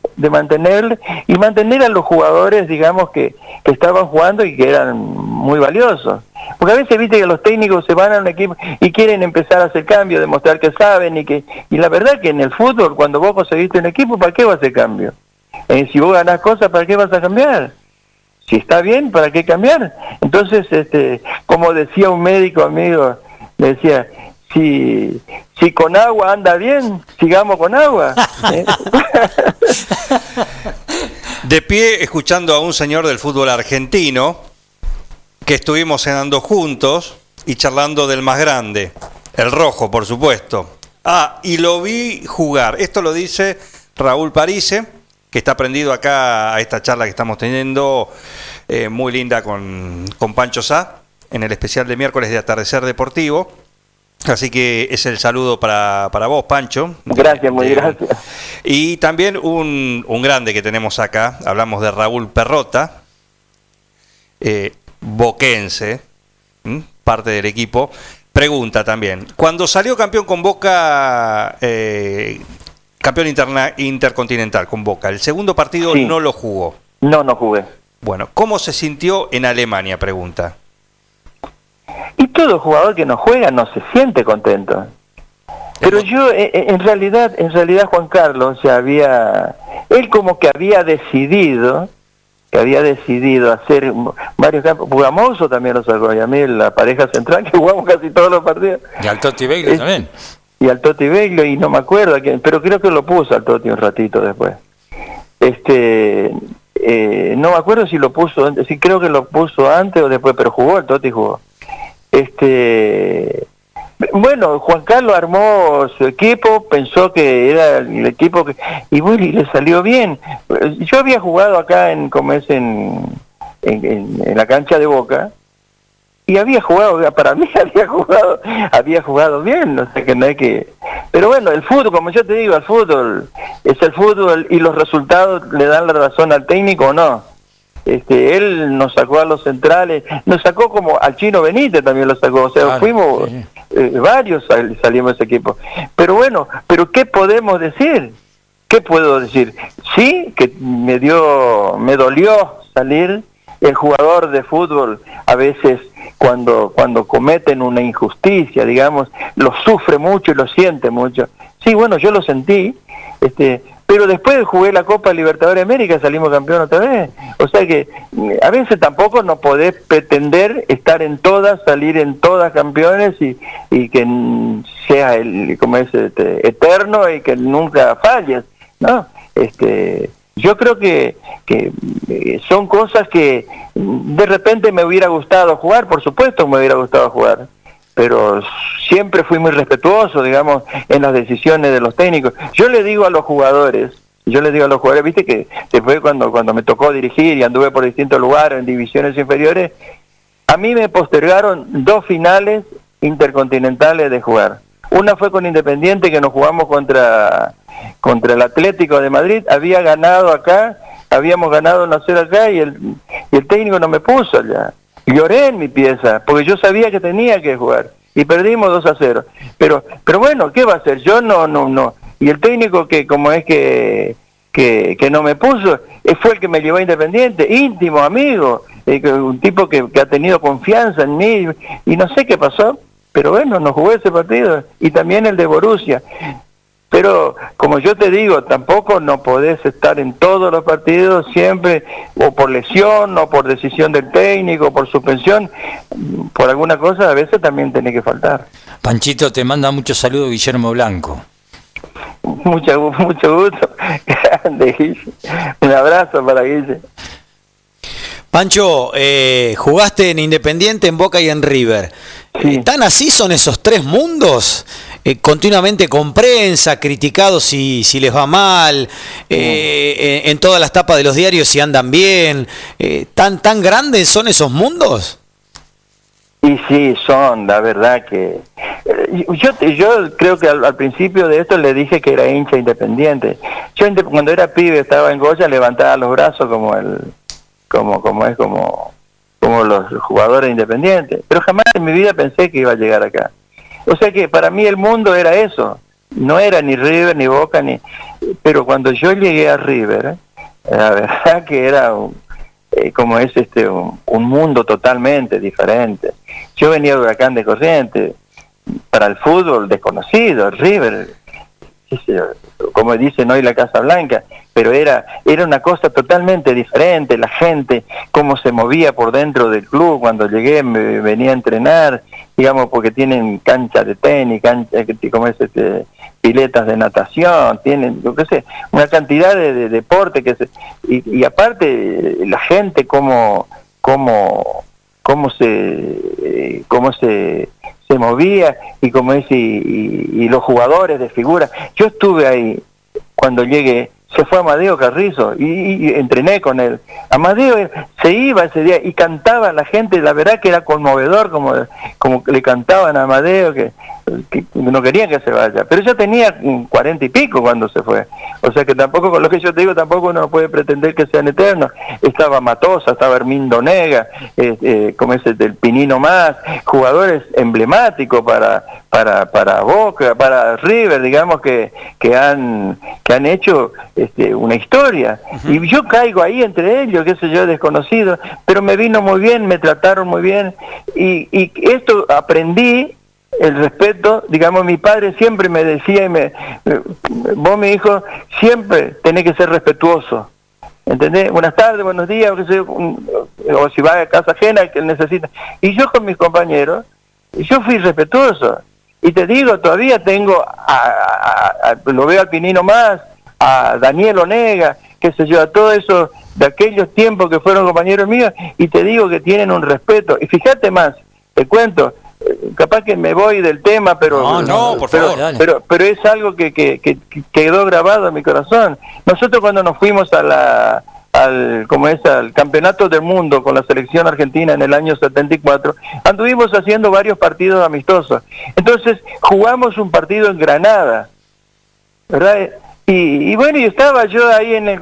a los jugadores, digamos, que estaban jugando y que eran muy valiosos. Porque a veces viste que los técnicos se van a un equipo y quieren empezar a hacer cambios, demostrar que saben, y la verdad que en el fútbol, cuando vos conseguiste un equipo, ¿para qué vas a hacer cambio? Si vos ganás cosas, ¿para qué vas a cambiar? Si está bien, ¿para qué cambiar? Entonces, como decía un médico amigo, le decía, si con agua anda bien, sigamos con agua. De pie, escuchando a un señor del fútbol argentino, que estuvimos cenando juntos y charlando del más grande, el Rojo, por supuesto. Y lo vi jugar. Esto lo dice Raúl Parise, que está prendido acá a esta charla que estamos teniendo, muy linda con Pancho Sá, en el especial de miércoles de Atardecer Deportivo. Así que es el saludo para vos, Pancho. Gracias, muy gracias. Y también un grande que tenemos acá, hablamos de Raúl Perrota, boquense, parte del equipo. Pregunta también, cuando salió campeón con Boca, campeón intercontinental con Boca, el segundo partido sí. No lo jugó. No jugué. Bueno, ¿cómo se sintió en Alemania? Pregunta. Y todo jugador que no juega no se siente contento. Pero yo, en realidad Juan Carlos, él como que había decidido hacer varios campos. Pugamoso también lo sacó, y a mí la pareja central, que jugamos casi todos los partidos. Y al Toti Beglio también. Y al Toti Beglio, y no me acuerdo a quién, pero creo que lo puso al Toti un ratito después. No me acuerdo si lo puso, sí creo que lo puso antes o después, pero jugó, el Toti jugó. Bueno, Juan Carlos armó su equipo, pensó que era el equipo y bueno, y le salió bien. Yo había jugado acá en la cancha de Boca, y había jugado, para mí había jugado bien, no sé, que no hay que... Pero bueno, el fútbol, como yo te digo, el fútbol es el fútbol y los resultados le dan la razón al técnico o no. Él nos sacó a los centrales, nos sacó como al Chino Benítez también lo sacó, o sea, claro, fuimos varios salimos de ese equipo. Pero bueno, ¿pero qué podemos decir? ¿Qué puedo decir? Sí, que me dolió salir. El jugador de fútbol a veces cuando cometen una injusticia, digamos, lo sufre mucho y lo siente mucho. Sí, bueno, yo lo sentí, pero después jugué la Copa Libertadores de América, salimos campeón otra vez. O sea que a veces tampoco no podés pretender estar en todas, salir en todas campeones y que sea eterno y que nunca falles, ¿no? Yo creo que son cosas que de repente me hubiera gustado jugar, por supuesto me hubiera gustado jugar, pero siempre fui muy respetuoso, digamos, en las decisiones de los técnicos. Yo le digo a los jugadores, viste que después cuando me tocó dirigir y anduve por distintos lugares en divisiones inferiores, a mí me postergaron 2 finales intercontinentales de jugar. Una fue con Independiente, que nos jugamos contra el Atlético de Madrid, habíamos ganado 1-0 acá y el técnico no me puso allá. Lloré en mi pieza, porque yo sabía que tenía que jugar, y perdimos 2-0. Pero bueno, ¿qué va a hacer? Yo no. Y el técnico que como es que no me puso, fue el que me llevó a Independiente, íntimo, amigo, un tipo que ha tenido confianza en mí, y no sé qué pasó, pero bueno, no jugué ese partido, y también el de Borussia. Pero, como yo te digo, tampoco no podés estar en todos los partidos siempre, o por lesión, o por decisión del técnico, o por suspensión, por alguna cosa a veces también tenés que faltar. Panchito, te manda muchos saludos Guillermo Blanco. Mucho gusto. Grande, Guille. Un abrazo para Guille. Pancho, jugaste en Independiente, en Boca y en River. Sí. ¿Tan así son esos 3 mundos? Continuamente con prensa, criticados si les va mal, en todas las tapas de los diarios si andan bien. ¿Tan grandes son esos mundos? Y sí, son, la verdad que... Yo creo que al principio de esto le dije que era hincha Independiente. Yo cuando era pibe, estaba en Goya, levantaba los brazos como los jugadores independientes, pero jamás en mi vida pensé que iba a llegar acá. O sea que para mí el mundo era eso, no era ni River ni Boca pero cuando yo llegué a River, la verdad que era un mundo totalmente diferente. Yo venía de Huracán de Corrientes, para el fútbol desconocido, River, como dicen hoy la Casa Blanca, pero era una cosa totalmente diferente, la gente, cómo se movía por dentro del club. Cuando llegué me venía a entrenar, digamos, porque tienen cancha de tenis, piletas de natación, tienen, yo qué sé, una cantidad de deporte y aparte la gente cómo se movía y los jugadores de figura. Yo estuve ahí cuando llegué, se fue Amadeo Carrizo y entrené con él. Amadeo se iba ese día y cantaba a la gente, la verdad que era conmovedor como le cantaban a Amadeo, que no querían que se vaya, pero yo tenía 40 y pico cuando se fue, o sea que tampoco, con lo que yo te digo, tampoco uno puede pretender que sean eternos. Estaba Matosa, estaba Hermindo Nega, como ese del Pinino Más, jugadores emblemáticos para Boca, para River, digamos, que han hecho una historia. Uh-huh. Y yo caigo ahí entre ellos, qué sé yo, desconocido, pero me vino muy bien, me trataron muy bien, y esto aprendí. El respeto, digamos, mi padre siempre me decía, vos, mi hijo, siempre tenés que ser respetuoso, ¿entendés? Buenas tardes, buenos días, o si va a casa ajena, que él necesita. Y yo con mis compañeros, yo fui respetuoso. Y te digo, todavía tengo, lo veo al Pinino Más, a Daniel Onega, qué sé yo, a todos esos de aquellos tiempos que fueron compañeros míos, y te digo que tienen un respeto. Y fíjate más, te cuento, capaz que me voy del tema, pero por favor. Pero es algo que quedó grabado en mi corazón. Nosotros cuando nos fuimos a al campeonato del mundo con la selección argentina en el año 74, anduvimos haciendo varios partidos amistosos. Entonces jugamos un partido en Granada, ¿verdad? Y bueno, y estaba yo ahí en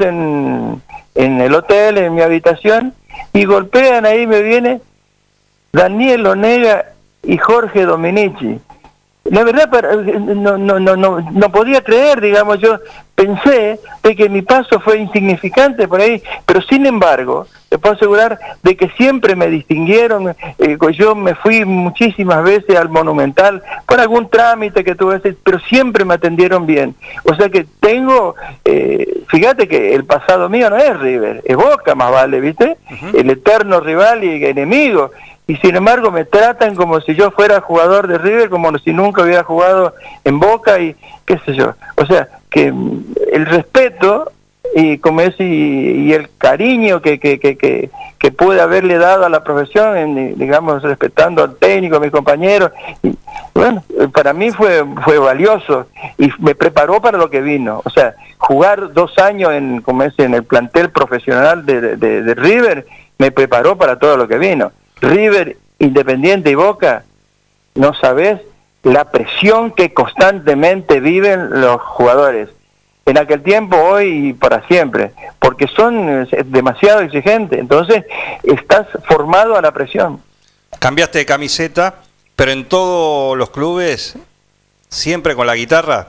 el hotel, en mi habitación, y golpean ahí, me viene Daniel Onega y Jorge Dominici. La verdad, no podía creer, digamos, yo pensé de que mi paso fue insignificante por ahí, pero sin embargo, te puedo asegurar de que siempre me distinguieron. Yo me fui muchísimas veces al Monumental por algún trámite que tuve, pero siempre me atendieron bien. O sea que tengo, fíjate que el pasado mío no es River, es Boca más vale, ¿viste? Uh-huh. El eterno rival y enemigo. Y sin embargo me tratan como si yo fuera jugador de River, como si nunca hubiera jugado en Boca y qué sé yo. O sea, que el respeto y como es y el cariño que pude haberle dado a la profesión, digamos, respetando al técnico, a mis compañeros, y, bueno, para mí fue valioso y me preparó para lo que vino. O sea, jugar 2 años en el plantel profesional de River me preparó para todo lo que vino. River, Independiente y Boca, no sabés la presión que constantemente viven los jugadores. En aquel tiempo, hoy y para siempre, porque son demasiado exigentes. Entonces, estás formado a la presión. Cambiaste de camiseta, pero en todos los clubes, siempre con la guitarra.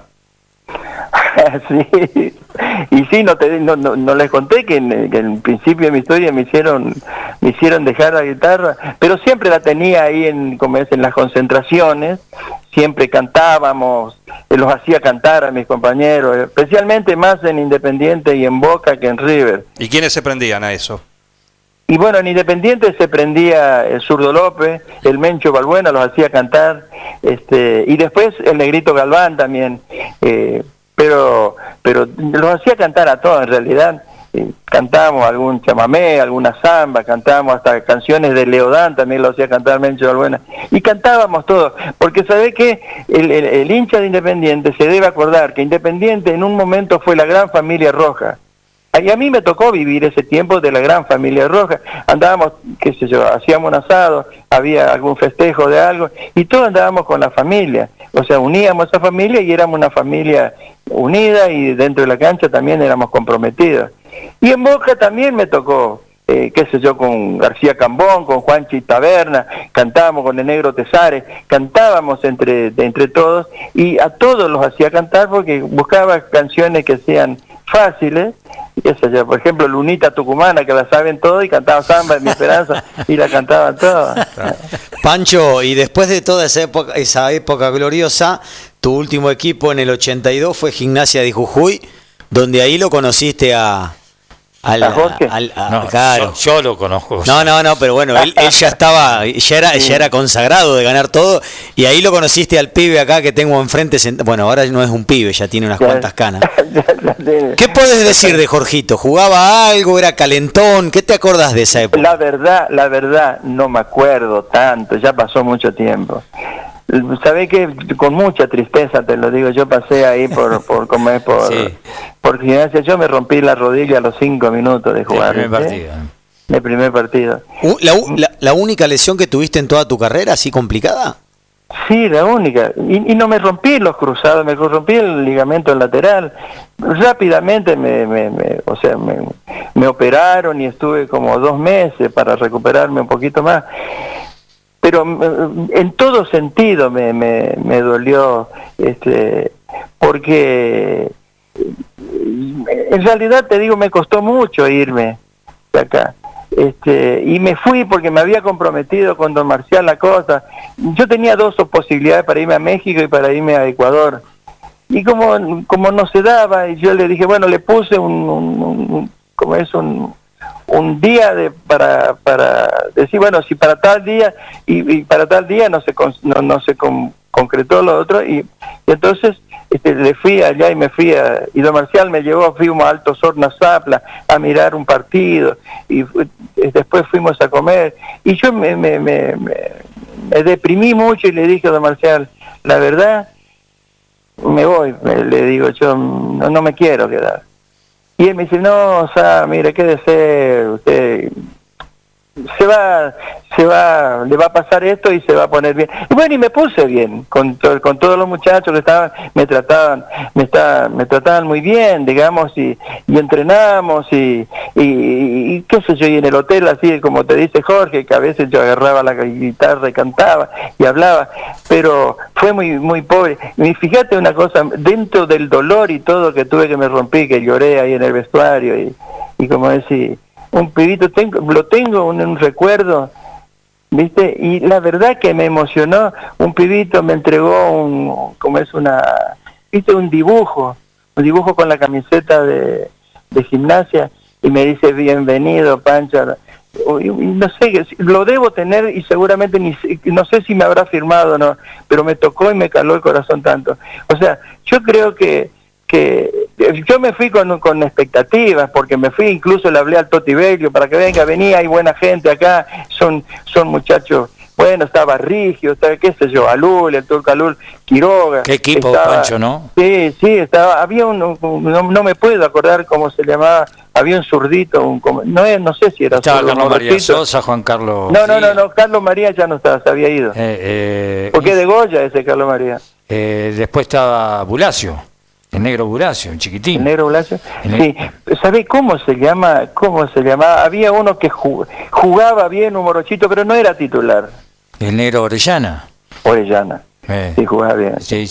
Sí, y sí, no les conté que en el principio de mi historia me hicieron dejar la guitarra, pero siempre la tenía ahí en las concentraciones, siempre cantábamos, los hacía cantar a mis compañeros, especialmente más en Independiente y en Boca que en River. ¿Y quiénes se prendían a eso? Y bueno, en Independiente se prendía el Zurdo López, el Mencho Balbuena los hacía cantar, y después el Negrito Galván también, pero los hacía cantar a todos en realidad. Cantábamos algún chamamé, alguna samba, cantábamos hasta canciones de Leodán, también lo hacía cantar Mencho Balbuena, y cantábamos todos, porque sabe que el hincha de Independiente se debe acordar que Independiente en un momento fue la gran familia roja. Y a mí me tocó vivir ese tiempo de la gran familia roja. Andábamos, qué sé yo, hacíamos un asado, había algún festejo de algo, y todos andábamos con la familia. O sea, uníamos a esa familia y éramos una familia unida, y dentro de la cancha también éramos comprometidos. Y en Boca también me tocó, qué sé yo, con García Cambón, con Juanchi Taberna, cantábamos con el Negro Tesares, cantábamos entre todos, y a todos los hacía cantar porque buscaba canciones que sean fáciles. Eso ya, por ejemplo, Lunita Tucumana, que la saben todo, y cantaba Samba de mi Esperanza, y la cantaban todas. Pancho, y después de toda esa época gloriosa, tu último equipo en el 82 fue Gimnasia de Jujuy, donde ahí lo conociste ¿A Jorge? Claro. Yo lo conozco. No, pero bueno, él ya era consagrado de ganar todo, y ahí lo conociste al pibe acá que tengo enfrente. Bueno, ahora no es un pibe, ya tiene unas cuantas canas. ¿Qué podés decir de Jorgito? ¿Jugaba algo? ¿Era calentón? ¿Qué te acordás de esa época? La verdad, no me acuerdo tanto, ya pasó mucho tiempo. Sabés que con mucha tristeza te lo digo, yo pasé ahí por Gimnasia, yo me rompí la rodilla a los 5 minutos de jugar. El primer partido. ¿La única lesión que tuviste en toda tu carrera, así complicada? Sí, la única. Y no me rompí los cruzados, me rompí el ligamento lateral. Rápidamente me operaron y estuve como 2 meses para recuperarme un poquito más. Pero en todo sentido me dolió, porque en realidad te digo, me costó mucho irme de acá. Y me fui porque me había comprometido con don Marcial Acosta. Yo tenía 2 posibilidades para irme a México y para irme a Ecuador. Y como no se daba, y yo le dije, bueno, le puse un día para decir, bueno, si para tal día y para tal día no se concretó lo otro, y entonces le fui allá y y don Marcial me llevó, fuimos a Alto Sorna Zapla a mirar un partido, y después fuimos a comer, y yo me deprimí mucho y le dije a don Marcial, la verdad, me voy, le digo, yo no me quiero quedar. Y él me dice, no, o sea, mire, qué deseo, usted le va a pasar esto y se va a poner bien. Y bueno, y me puse bien, con todos los muchachos que estaban, me trataban muy bien, digamos, y entrenamos, y qué sé yo, y en el hotel, así como te dice Jorge, que a veces yo agarraba la guitarra y cantaba y hablaba, pero fue muy, muy pobre. Y fíjate una cosa, dentro del dolor y todo que tuve, que me rompí, que lloré ahí en el vestuario, y como decir, un pibito, lo tengo en un recuerdo, ¿viste? Y la verdad que me emocionó. Un pibito me entregó un dibujo con la camiseta de Gimnasia, y me dice, bienvenido, Pancho. Y no sé, lo debo tener, y seguramente no sé si me habrá firmado o no, pero me tocó y me caló el corazón tanto. O sea, yo creo que yo me fui con expectativas, porque me fui, incluso le hablé al Toti Bello para que venga, venía, hay buena gente acá, son muchachos, bueno, estaba Rigio, estaba, qué sé yo, Alul, el Turco Alul, Quiroga. Qué equipo, Pancho, ¿no? Sí, estaba, había no me puedo acordar cómo se llamaba, había un zurdito, no sé si era estaba zurdo, Carlos María Sosa, Juan Carlos... No, Carlos María ya no estaba, se había ido. Porque es de Goya ese Carlos María. Después estaba Bulacio. El negro Bulacio, un chiquitín. ¿El negro Bulacio? Sí. ¿Sabés cómo se llama? Había uno que jugaba bien, un morochito, pero no era titular. El negro Orellana. Sí, jugaba bien. Sí.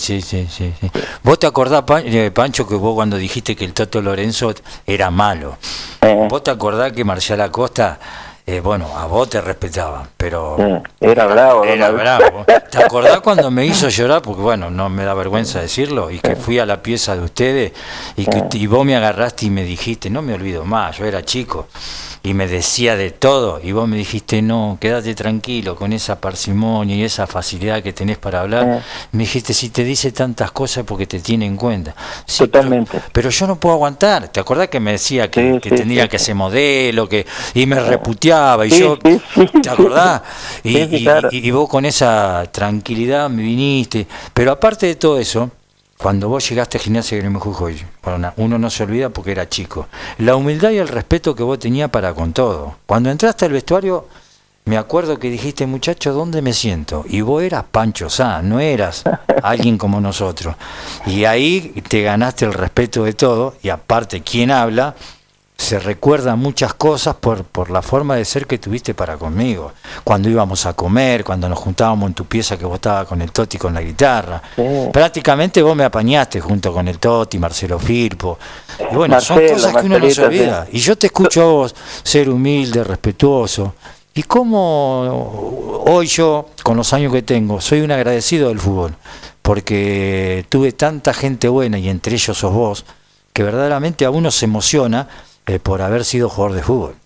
¿Vos te acordás, Pancho, que vos cuando dijiste que el Toto Lorenzo era malo? ¿Vos te acordás que Marcial Acosta... bueno, a vos te respetaban, pero... Era bravo. ¿Te acordás cuando me hizo llorar? Porque bueno, no me da vergüenza decirlo, y que fui a la pieza de ustedes, y vos me agarraste y me dijiste, no me olvido más, yo era chico, y me decía de todo, y vos me dijiste, no, quédate tranquilo con esa parsimonia y esa facilidad que tenés para hablar. Me dijiste, si te dice tantas cosas es porque te tiene en cuenta. Sí, totalmente. Pero yo no puedo aguantar. ¿Te acordás que me decía que tendría que ser modelo, y me reputeaba, y yo... ¿Te acordás? Y vos con esa tranquilidad me viniste. Pero aparte de todo eso, cuando vos llegaste a Gimnasia Gremio Jujuy, bueno, uno no se olvida porque era chico, la humildad y el respeto que vos tenías para con todo. Cuando entraste al vestuario, me acuerdo que dijiste, muchacho, ¿dónde me siento? Y vos eras Pancho Sá, no eras alguien como nosotros. Y ahí te ganaste el respeto de todo, y aparte, quien habla, se recuerda muchas cosas por la forma de ser que tuviste para conmigo. Cuando íbamos a comer, cuando nos juntábamos en tu pieza, que vos estabas con el Toti con la guitarra. Prácticamente vos me apañaste junto con el Toti, Marcelo Firpo. Y bueno, son cosas que uno no se olvida. Y yo te escucho a vos ser humilde, respetuoso. Y cómo hoy yo, con los años que tengo, soy un agradecido del fútbol. Porque tuve tanta gente buena, y entre ellos sos vos, que verdaderamente a uno se emociona por haber sido jugador de fútbol.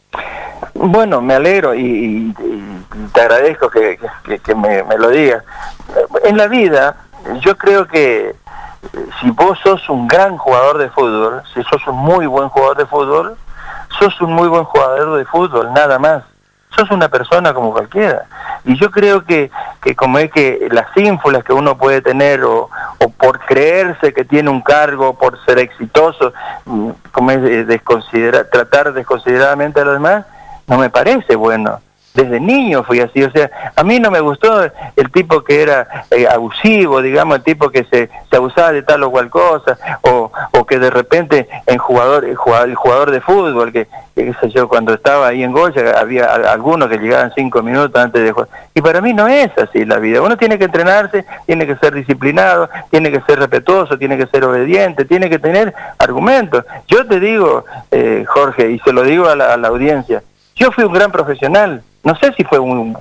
Bueno, me alegro y te agradezco que me lo digas. En la vida, yo creo que si vos sos un gran jugador de fútbol, si sos un muy buen jugador de fútbol, sos un muy buen jugador de fútbol, nada más. Sos una persona como cualquiera. Y yo creo que como es que las ínfulas que uno puede tener, o por creerse que tiene un cargo, por ser exitoso, como es tratar desconsideradamente a los demás, no me parece bueno. Desde niño fui así, o sea, a mí no me gustó el tipo que era abusivo, digamos, el tipo que se abusaba de tal o cual cosa, o que de repente el jugador de fútbol, que qué sé yo, cuando estaba ahí en Goya, había algunos que llegaban 5 minutos antes de jugar. Y para mí no es así la vida. Uno tiene que entrenarse, tiene que ser disciplinado, tiene que ser respetuoso, tiene que ser obediente, tiene que tener argumentos. Yo te digo, Jorge, y se lo digo a la audiencia, yo fui un gran profesional. No sé si fui un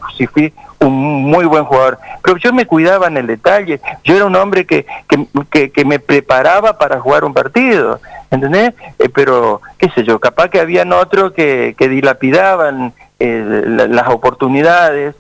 muy buen jugador, pero yo me cuidaba en el detalle. Yo era un hombre que me preparaba para jugar un partido, ¿entendés? Pero, qué sé yo, capaz que habían otros que dilapidaban las oportunidades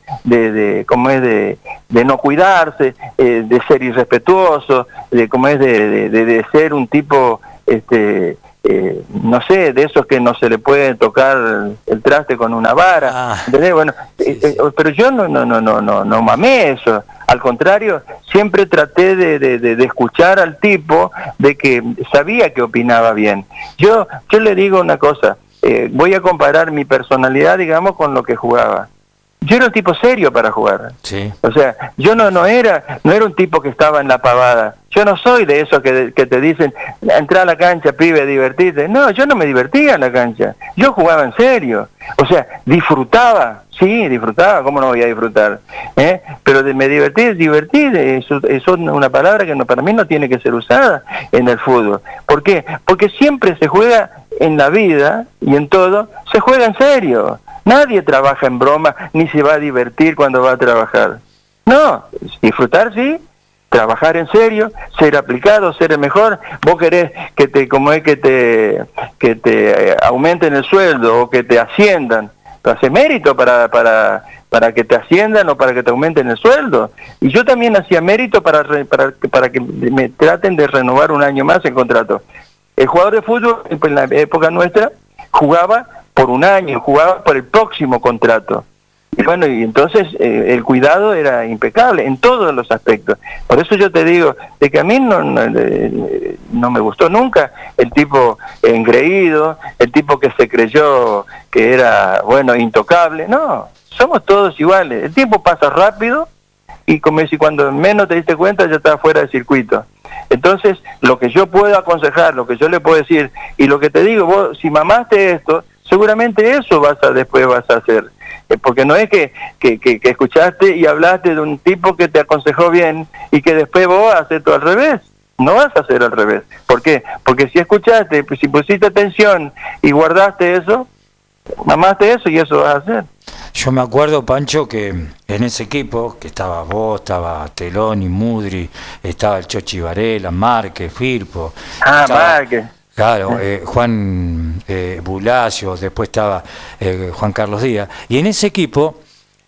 de no cuidarse, de ser irrespetuoso, de ser un tipo no sé, de esos que no se le puede tocar el traste con una vara, bueno, pero yo no mamé eso. Al contrario, siempre traté de escuchar al tipo, de que sabía que opinaba bien. Yo le digo una cosa, voy a comparar mi personalidad, digamos, con lo que jugaba. Yo era un tipo serio para jugar. Sí. O sea, yo no era un tipo que estaba en la pavada. Yo no soy de esos que te dicen, entra a la cancha, pibe, divertite. No, yo no me divertía en la cancha. Yo jugaba en serio. O sea, disfrutaba. Sí, disfrutaba. ¿Cómo no voy a disfrutar? Pero me divertí, eso es una palabra que para mí no tiene que ser usada en el fútbol. ¿Por qué? Porque siempre se juega en la vida y en todo, se juega en serio. Nadie trabaja en broma, ni se va a divertir cuando va a trabajar. No, disfrutar sí, trabajar en serio, ser aplicado, ser el mejor. Vos querés que te aumenten el sueldo o que te asciendan. Hace mérito para que te asciendan o para que te aumenten el sueldo. Y yo también hacía mérito para que me traten de renovar un año más el contrato. El jugador de fútbol, en la época nuestra, jugaba por un año, jugaba por el próximo contrato. Y bueno, y entonces el cuidado era impecable en todos los aspectos. Por eso yo te digo, de que a mí no me gustó nunca el tipo engreído, el tipo que se creyó que era, bueno, intocable. No, somos todos iguales. El tiempo pasa rápido y como si cuando menos te diste cuenta ya estás fuera del circuito. Entonces, lo que yo puedo aconsejar, lo que yo le puedo decir, y lo que te digo, vos, si mamaste esto, seguramente eso después vas a hacer. Porque no es que escuchaste y hablaste de un tipo que te aconsejó bien y que después vos haces todo al revés. No vas a hacer al revés. ¿Por qué? Porque si escuchaste, si pusiste atención y guardaste eso, mamaste eso y eso vas a hacer. Yo me acuerdo, Pancho, que en ese equipo, que estaba vos, estaba Teloni, Mudri, estaba el Chochi Varela, Márquez, Firpo. Márquez. Claro, Juan Bulacio, después estaba Juan Carlos Díaz. Y en ese equipo,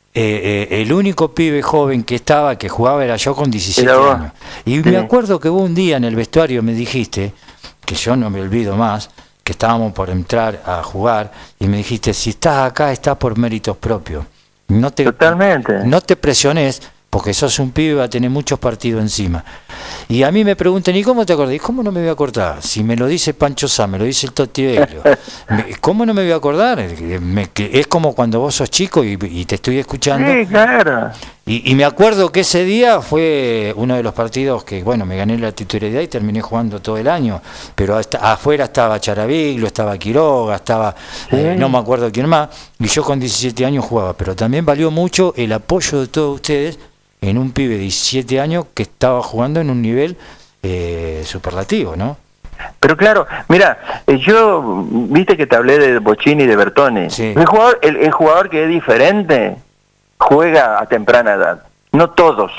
el único pibe joven que jugaba era yo con 17 años. Y me acuerdo que vos un día en el vestuario me dijiste, que yo no me olvido más, que estábamos por entrar a jugar, y me dijiste, si estás acá, estás por méritos propios. Totalmente. No te presiones, porque sos un pibe y va a tener muchos partidos encima. Y a mí me preguntan, ¿y cómo te acordás? ¿Y cómo no me voy a acordar? Si me lo dice Pancho Sá, me lo dice el Totti Beglio, ¿cómo no me voy a acordar? Es como cuando vos sos chico y te estoy escuchando. Sí, claro. Y me acuerdo que ese día fue uno de los partidos que, bueno, me gané la titularidad y terminé jugando todo el año, pero afuera estaba Charaviglio, estaba Quiroga, estaba, no me acuerdo quién más, y yo con 17 años jugaba, pero también valió mucho el apoyo de todos ustedes en un pibe de 17 años que estaba jugando en un nivel superlativo, ¿no? Pero claro, mira, yo, viste que te hablé de Bocchini y de Bertone. Sí. El jugador que es diferente juega a temprana edad. No todos.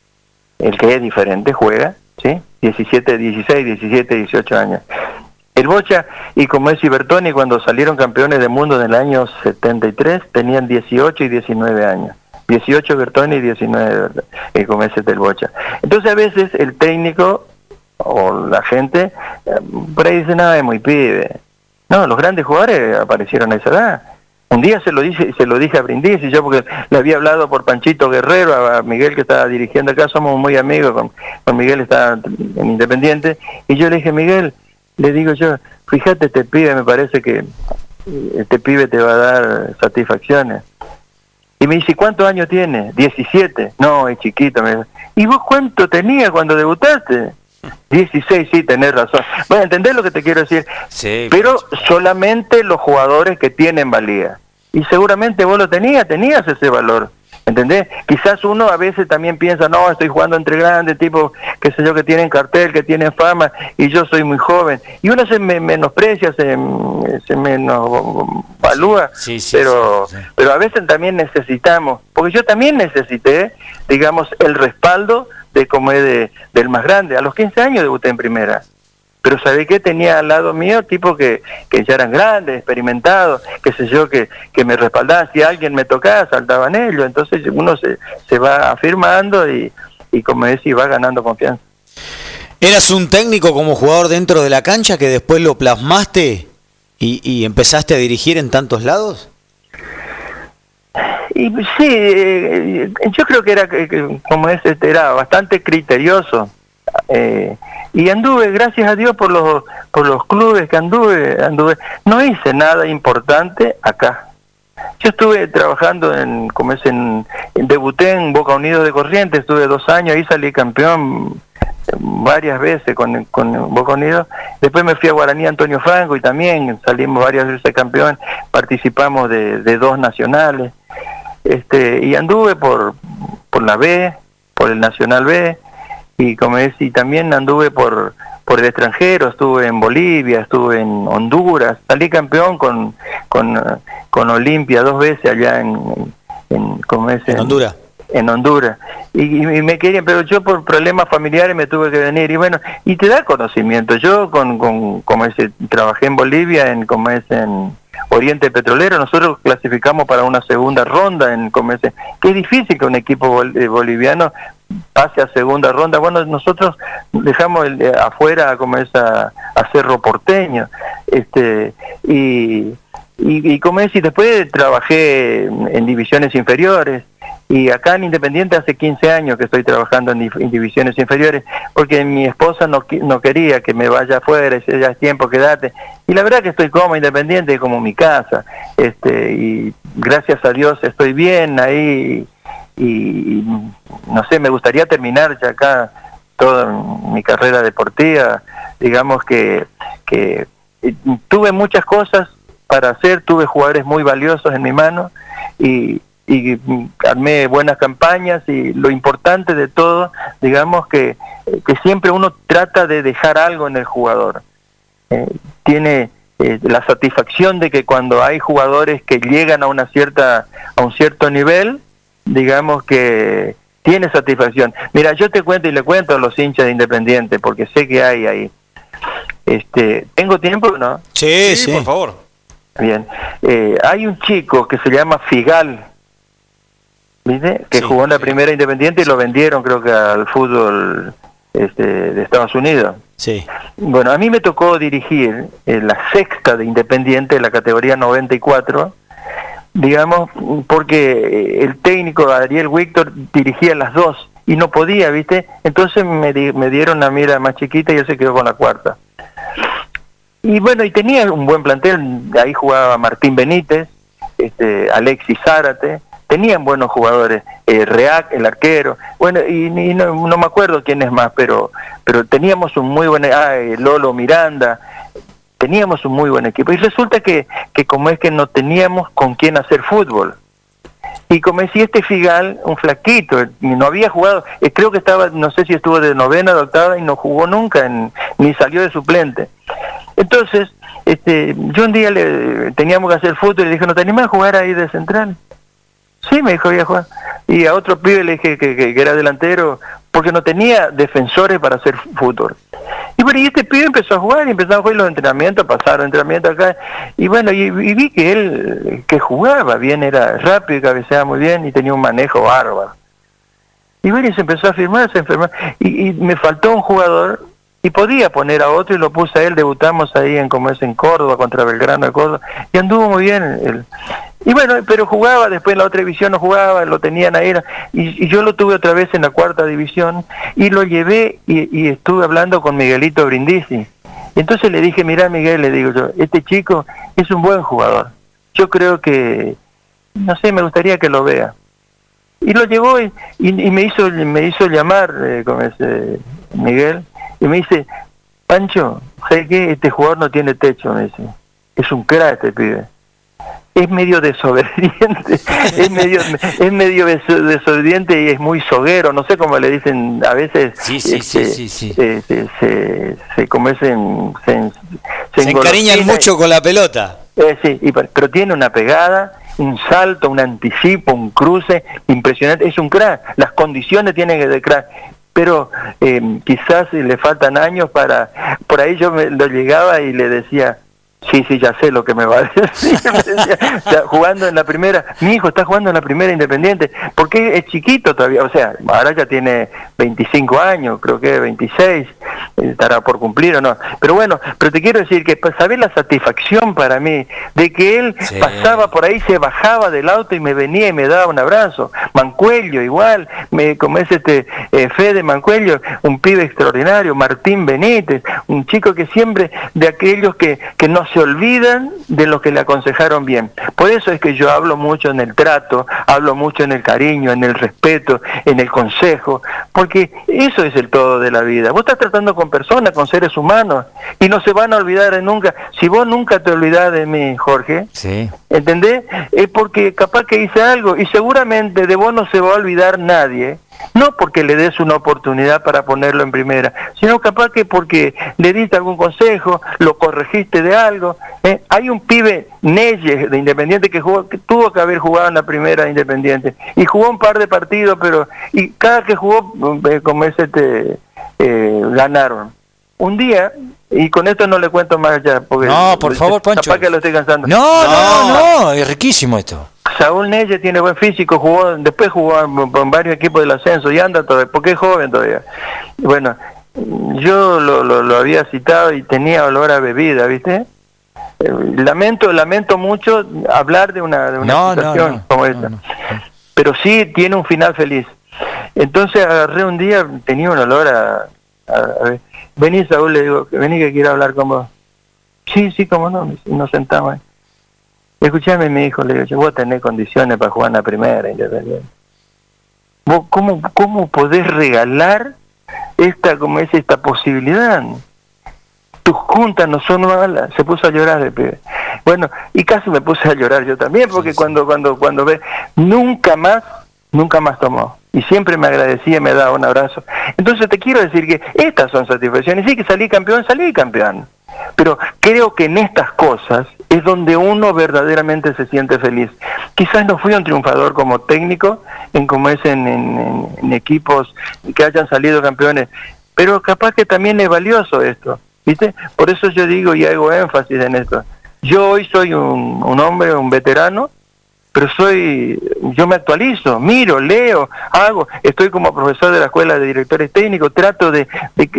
El que es diferente juega, ¿sí? 16, 17, 18 años. El Bocha y como es Bertone, cuando salieron campeones del mundo en el año 73, tenían 18 y 19 años. 18 Bertone y 19 como ese del Bocha. Entonces a veces el técnico o la gente por ahí dice, nada, es muy pibe. No, los grandes jugadores aparecieron a esa edad. Un día se lo dije a Brindisi, yo porque le había hablado por Panchito Guerrero, a Miguel que estaba dirigiendo acá, somos muy amigos, con Miguel está en Independiente, y yo le dije, Miguel, le digo yo, fíjate, este pibe, me parece que este pibe te va a dar satisfacciones. Y me dice, ¿cuántos años tiene? 17. No, es chiquito. ¿Y vos cuánto tenías cuando debutaste? 16, sí, tenés razón. Bueno, ¿entendés lo que te quiero decir? Sí, pero solamente los jugadores que tienen valía. Y seguramente vos lo tenías ese valor. ¿Entendés? Quizás uno a veces también piensa, no, estoy jugando entre grandes, tipos, qué sé yo, que tienen cartel, que tienen fama, y yo soy muy joven. Y uno se menosprecia, se menosvalúa, sí, pero a veces también necesitamos, porque yo también necesité, digamos, el respaldo de como es del más grande. A los 15 años debuté en primera. Pero ¿sabés qué? Tenía al lado mío tipos que ya eran grandes, experimentados, qué sé yo, que me respaldaban. Si alguien me tocaba, saltaban ellos. Entonces uno se va afirmando y como decís, va ganando confianza. ¿Eras un técnico como jugador dentro de la cancha que después lo plasmaste y empezaste a dirigir en tantos lados? Y sí, yo creo que era bastante criterioso, y anduve, gracias a Dios, por los clubes que anduve, no hice nada importante acá. Yo estuve trabajando debuté en Boca Unidos de Corrientes, estuve 2 años, ahí salí campeón varias veces con Boca Unidos. Después me fui a Guaraní Antonio Franco y también salimos varias veces campeón, participamos de 2 nacionales. Y anduve por la B, por el Nacional B, y también anduve por el extranjero, estuve en Bolivia, estuve en Honduras, salí campeón con Olimpia 2 veces allá en Honduras. En Honduras, y me querían, pero yo por problemas familiares me tuve que venir, y bueno, y te da conocimiento. Yo trabajé en Bolivia en Oriente Petrolero, nosotros clasificamos para una segunda ronda que es difícil que un equipo boliviano pase a segunda ronda. Bueno, nosotros dejamos afuera a Cerro Porteño, y después trabajé en divisiones inferiores, y acá en Independiente hace 15 años que estoy trabajando en divisiones inferiores, porque mi esposa no quería que me vaya afuera, y ya es tiempo, quédate. Y la verdad que estoy como Independiente, como mi casa, y gracias a Dios estoy bien ahí, y no sé, me gustaría terminar ya acá toda mi carrera deportiva. Digamos que tuve muchas cosas para hacer, tuve jugadores muy valiosos en mi mano, y armé buenas campañas, y lo importante de todo, digamos que siempre uno trata de dejar algo en el jugador. Tiene la satisfacción de que cuando hay jugadores que llegan a un cierto nivel, digamos que tiene satisfacción. Mira, yo te cuento y le cuento a los hinchas de Independiente, porque sé que hay ahí. ¿Tengo tiempo, no? Sí, por favor. Bien. Hay un chico que se llama Figal, ¿viste? Que jugó en la primera Independiente y lo vendieron, creo que al fútbol de Estados Unidos. Sí. Bueno, a mí me tocó dirigir la sexta de Independiente, la categoría 94, digamos, porque el técnico Ariel Víctor dirigía las 2 y no podía, ¿viste? Entonces me dieron a mí la más chiquita y él se quedó con la cuarta. Y bueno, y tenía un buen plantel, ahí jugaba Martín Benítez, Alexis Zárate, tenían buenos jugadores, Reac, el arquero, bueno, y no me acuerdo quién es más, pero teníamos un muy buen, Lolo Miranda, teníamos un muy buen equipo, y resulta que como es que no teníamos con quién hacer fútbol, y como decía Figal, un flaquito, no había jugado, creo que estaba, no sé si estuvo de novena, de octava, y no jugó nunca, ni salió de suplente. Entonces, yo un día teníamos que hacer fútbol, y le dije, ¿no te animás a jugar ahí de central? Sí, me dijo, voy a jugar. Y a otro pibe le dije que era delantero, porque no tenía defensores para hacer fútbol. Y bueno, y este pibe empezó a jugar, y empezó a jugar los entrenamientos, pasaron entrenamientos acá, y bueno, y vi que él, que jugaba bien, era rápido, cabeceaba muy bien, y tenía un manejo bárbaro. Y bueno, y se empezó a firmar, y me faltó un jugador, y podía poner a otro, y lo puse a él. Debutamos ahí en Córdoba, contra Belgrano de Córdoba, y anduvo muy bien él. Y bueno, pero jugaba, después en la otra división no jugaba, lo tenían ahí, y yo lo tuve otra vez en la cuarta división, y lo llevé, y estuve hablando con Miguelito Brindisi. Y entonces le dije, mirá Miguel, le digo yo, este chico es un buen jugador, yo creo que, no sé, me gustaría que lo vea. Y lo llevó, y me hizo llamar con ese Miguel, y me dice, Pancho, ¿sabes qué? Este jugador no tiene techo, me dice, es un crack este pibe. Es medio desobediente, es medio desobediente, y es muy soguero, no sé cómo le dicen a veces. Sí. Se encariñan mucho con la pelota. Pero tiene una pegada, un salto, un anticipo, un cruce impresionante, es un crack, las condiciones tienen que de crack. Pero quizás le faltan años por ahí yo lo llegaba y le decía, sí, ya sé lo que me va a decir. Jugando en la primera, mi hijo está jugando en la primera Independiente, porque es chiquito todavía, o sea, ahora ya tiene 25 años, creo que 26, estará por cumplir o no. Pero bueno, pero te quiero decir que ¿sabés la satisfacción para mí de que él pasaba por ahí, se bajaba del auto y me venía y me daba un abrazo? Mancuello igual, como es Fede Mancuello, un pibe extraordinario, Martín Benítez, un chico que siempre, de aquellos que no se olvidan de los que le aconsejaron bien. Por eso es que yo hablo mucho en el trato, hablo mucho en el cariño, en el respeto, en el consejo, porque eso es el todo de la vida. Vos estás tratando con personas, con seres humanos, y no se van a olvidar nunca. Si vos nunca te olvidás de mí, Jorge, ¿entendés? Es porque capaz que hice algo, y seguramente de vos no se va a olvidar nadie, no porque le des una oportunidad para ponerlo en primera, sino capaz que porque le diste algún consejo, lo corregiste de algo. Hay un pibe, Neyes, de Independiente, que tuvo que haber jugado en la primera de Independiente, y jugó un par de partidos, y cada que jugó, como ganaron. Un día, y con esto no le cuento más allá, porque no, por favor, Pancho, capaz que lo estoy cansando. No, es riquísimo esto. Saúl Neyes tiene buen físico, después jugó en varios equipos del ascenso y anda todavía, porque es joven todavía. Bueno, yo lo había citado y tenía olor a bebida, ¿viste? Lamento mucho hablar de una situación como esta, pero sí tiene un final feliz. Entonces agarré un día, tenía un olor a vení, Saúl, le digo, vení que quiero hablar con vos. Sí, cómo no, nos sentamos ahí. Escuchame, mi hijo, le digo, vos tenés condiciones para jugar en la primera Independiente. ¿Vos cómo podés regalar esta posibilidad? Tus juntas no son malas. Se puso a llorar el pibe. Bueno, y casi me puse a llorar yo también, porque cuando ve, nunca más tomó. Y siempre me agradecía y me daba un abrazo. Entonces te quiero decir que estas son satisfacciones. Sí, que salí campeón. Pero creo que en estas cosas es donde uno verdaderamente se siente feliz. Quizás no fui un triunfador como técnico, en equipos que hayan salido campeones, pero capaz que también es valioso esto, ¿viste? Por eso yo digo y hago énfasis en esto. Yo hoy soy un hombre, un veterano, pero yo me actualizo, miro, leo, estoy como profesor de la escuela de directores técnicos, trato de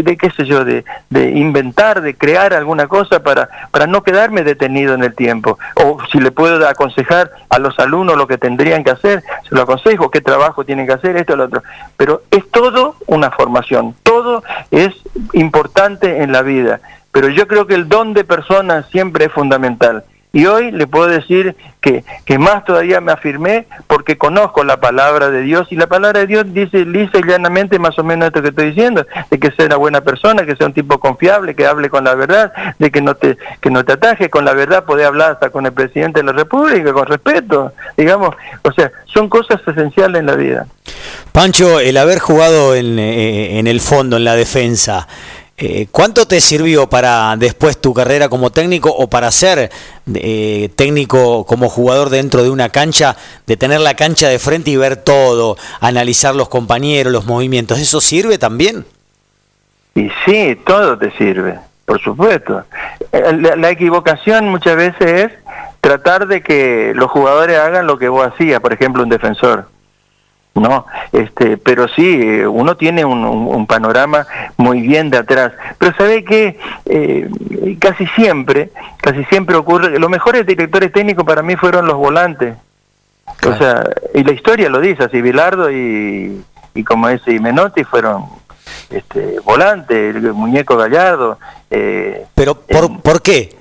inventar, de crear alguna cosa para no quedarme detenido en el tiempo, o si le puedo aconsejar a los alumnos lo que tendrían que hacer, se lo aconsejo, qué trabajo tienen que hacer, esto, lo otro, pero es todo una formación, todo es importante en la vida, pero yo creo que el don de personas siempre es fundamental. Y hoy le puedo decir que más todavía me afirmé porque conozco la palabra de Dios, y la palabra de Dios dice lisa y llanamente más o menos esto que estoy diciendo, de que sea una buena persona, que sea un tipo confiable, que hable con la verdad, de que no te ataje con la verdad, poder hablar hasta con el presidente de la República, con respeto, digamos, o sea, son cosas esenciales en la vida. Pancho, el haber jugado en el fondo, en la defensa, ¿cuánto te sirvió para después tu carrera como técnico o para ser técnico como jugador dentro de una cancha, de tener la cancha de frente y ver todo, analizar los compañeros, los movimientos? ¿Eso sirve también? Y sí, todo te sirve, por supuesto. La equivocación muchas veces es tratar de que los jugadores hagan lo que vos hacías, por ejemplo, un defensor. No, pero sí, uno tiene un panorama muy bien de atrás, pero sabe que casi siempre ocurre, los mejores directores técnicos para mí fueron los volantes, claro. O sea, y la historia lo dice, así Bilardo y como ese y Menotti fueron volantes, el muñeco Gallardo. Pero ¿por qué?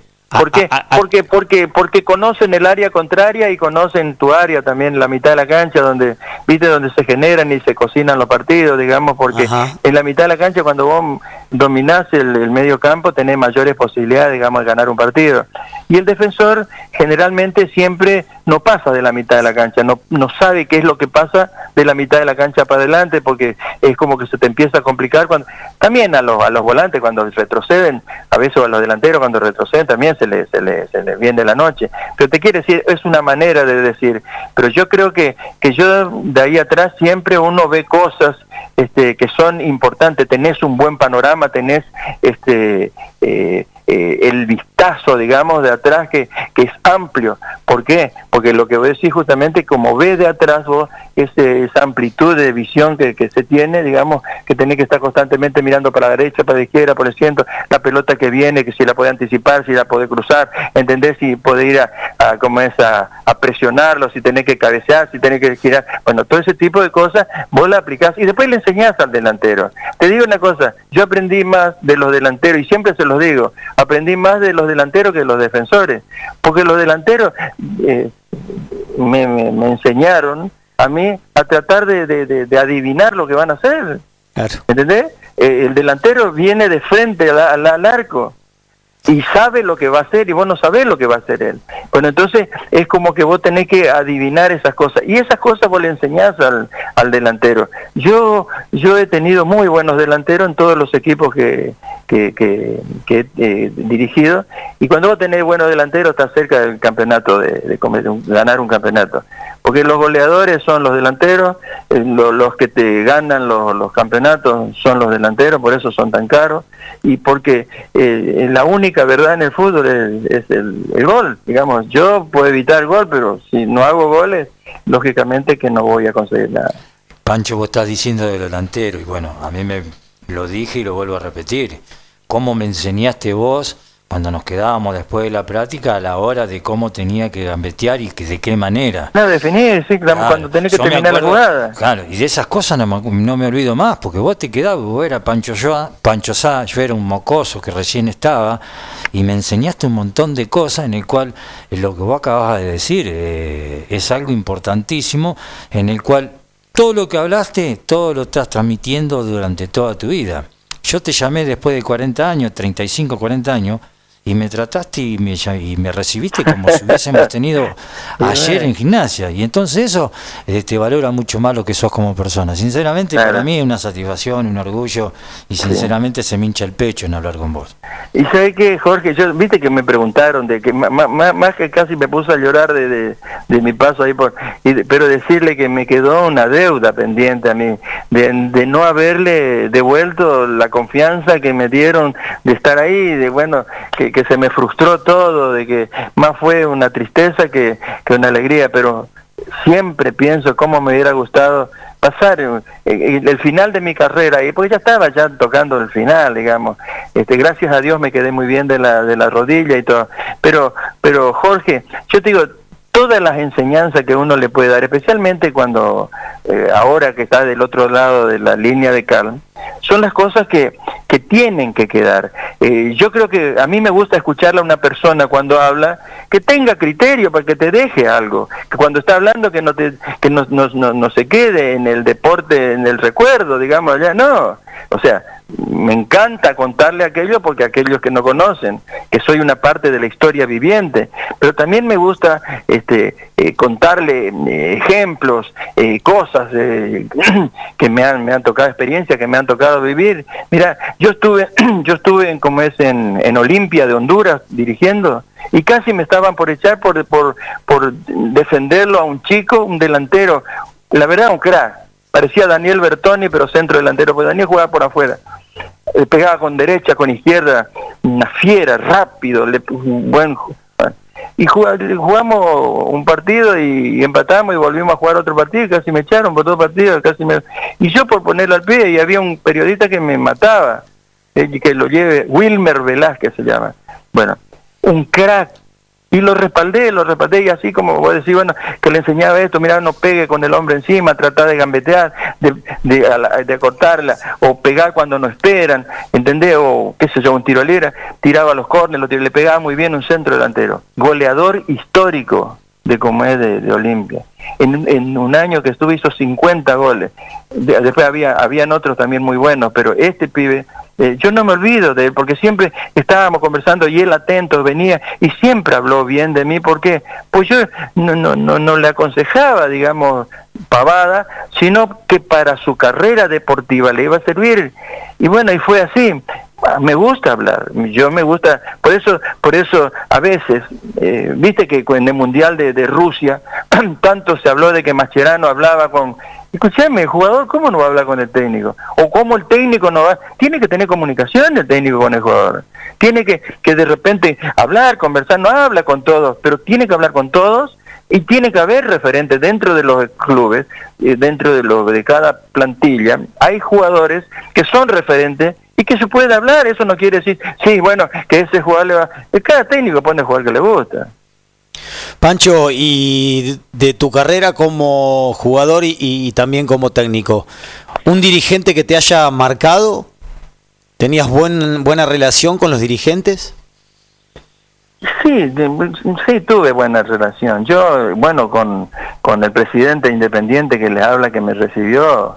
Porque conocen el área contraria y conocen tu área también, la mitad de la cancha donde se generan y se cocinan los partidos, digamos, porque en la mitad de la cancha cuando vos dominás el medio campo tenés mayores posibilidades, digamos, de ganar un partido. Y el defensor generalmente siempre no pasa de la mitad de la cancha, no sabe qué es lo que pasa de la mitad de la cancha para adelante, porque es como que se te empieza a complicar. También a los volantes cuando retroceden, a veces a los delanteros cuando retroceden también se les viene la noche. Pero te quiero decir, es una manera de decir, pero yo creo que yo de ahí atrás siempre uno ve cosas que son importantes, tenés un buen panorama, tenés el tazo, digamos, de atrás que es amplio. ¿Por qué? Porque lo que vos decís justamente, como ves de atrás vos, esa amplitud de visión que se tiene, digamos, que tenés que estar constantemente mirando para la derecha, para la izquierda, por el centro, la pelota que viene, que si la podés anticipar, si la podés cruzar, ¿entendés? Si podés ir a presionarlo, si tenés que cabecear, si tenés que girar, bueno, todo ese tipo de cosas vos la aplicás y después le enseñás al delantero. Te digo una cosa, yo aprendí más de los delanteros, y siempre se los digo, aprendí más de los delanteros que de los defensores, porque los delanteros me enseñaron a mí a tratar de adivinar lo que van a hacer. Claro. ¿Entendés? El delantero viene de frente al arco y sabe lo que va a hacer y vos no sabés lo que va a hacer él. Bueno, entonces es como que vos tenés que adivinar esas cosas y esas cosas vos le enseñás al delantero. Yo he tenido muy buenos delanteros en todos los equipos que he dirigido, y cuando vos tenés buenos delanteros estás cerca del campeonato, de ganar un campeonato, porque los goleadores son los delanteros, los que te ganan los campeonatos son los delanteros, por eso son tan caros, y porque la única verdad en el fútbol es el gol. Digamos, yo puedo evitar el gol, pero si no hago goles, lógicamente que no voy a conseguir nada. Pancho, vos estás diciendo de delantero, y bueno, a mí me lo dije y lo vuelvo a repetir. ¿Cómo me enseñaste vos cuando nos quedábamos después de la práctica a la hora de cómo tenía que gambetear y de qué manera? No, definir, sí, claro, cuando tenés que terminar la jugada. Claro, y de esas cosas no me olvido más, porque vos te quedabas, vos eras Pancho Sá, yo era un mocoso que recién estaba, y me enseñaste un montón de cosas en el cual lo que vos acabas de decir es algo importantísimo, en el cual todo lo que hablaste, todo lo estás transmitiendo durante toda tu vida. Yo te llamé después de 40 años, 35, 40 años, y me trataste y me recibiste como si hubiésemos tenido ayer en Gimnasia. Y entonces eso te valora mucho más lo que sos como persona. Sinceramente, claro, para mí es una satisfacción, un orgullo, y sinceramente se me hincha el pecho en hablar con vos. Y ¿sabés qué, Jorge? Yo, viste que me preguntaron, de que más que casi me puse a llorar de mi paso ahí, pero decirle que me quedó una deuda pendiente a mí, de no haberle devuelto la confianza que me dieron de estar ahí, de bueno, que se me frustró todo, de que más fue una tristeza que una alegría, pero siempre pienso cómo me hubiera gustado pasar el final de mi carrera, y porque ya estaba tocando el final, digamos. Gracias a Dios me quedé muy bien de la rodilla y todo, pero Jorge, yo te digo, todas las enseñanzas que uno le puede dar, especialmente cuando ahora que está del otro lado de la línea de cal, son las cosas que tienen que quedar. Yo creo que a mí me gusta escucharle a una persona cuando habla, que tenga criterio para que te deje algo, que cuando está hablando que no se quede en el deporte, en el recuerdo, digamos, ya no. O sea, me encanta contarle aquello, porque aquellos que no conocen, que soy una parte de la historia viviente, pero también me gusta contarle ejemplos, cosas que me han tocado, experiencias que me han tocado vivir. Mira, yo estuve en Olimpia de Honduras dirigiendo, y casi me estaban por echar por defenderlo a un chico, un delantero, la verdad un crack. Parecía Daniel Bertoni, pero centro delantero, porque Daniel jugaba por afuera. Pegaba con derecha, con izquierda, una fiera, rápido, y jugamos un partido y empatamos y volvimos a jugar otro partido, y casi me echaron por 2 partidos, y yo por ponerlo al pie, y había un periodista que me mataba, que lo lleve, Wilmer Velázquez se llama. Bueno, un crack. Y lo respaldé, y así como vos decís, bueno, que le enseñaba esto, mirá, no pegue con el hombre encima, tratar de gambetear, de cortarla, o pegar cuando no esperan, ¿entendés? O qué sé yo, un tiro libre, tiraba los córneres, le pegaba muy bien un centro delantero. Goleador histórico de como es de Olimpia. En un año que estuve hizo 50 goles. Después habían otros también muy buenos, pero este pibe, yo no me olvido de él, porque siempre estábamos conversando y él atento venía y siempre habló bien de mí. ¿Por qué? Pues yo no le aconsejaba, digamos, pavada, sino que para su carrera deportiva le iba a servir. Y bueno, y fue así. Me gusta hablar, me gusta, por eso a veces, viste que en el Mundial de Rusia, tanto se habló de que Mascherano hablaba Escuchame, el jugador, ¿cómo no va a hablar con el técnico? O cómo el técnico no va... Tiene que tener comunicación el técnico con el jugador. Tiene que de repente hablar, conversar, no habla con todos, pero tiene que hablar con todos y tiene que haber referentes dentro de los clubes, dentro de cada plantilla. Hay jugadores que son referentes y que se puede hablar. Eso no quiere decir, sí, bueno, que ese jugador le va... Cada técnico pone el jugador que le gusta. Pancho, y de tu carrera como jugador y también como técnico, ¿un dirigente que te haya marcado? ¿Tenías buena relación con los dirigentes? Sí, tuve buena relación. Yo, bueno, con el presidente independiente que les habla, que me recibió,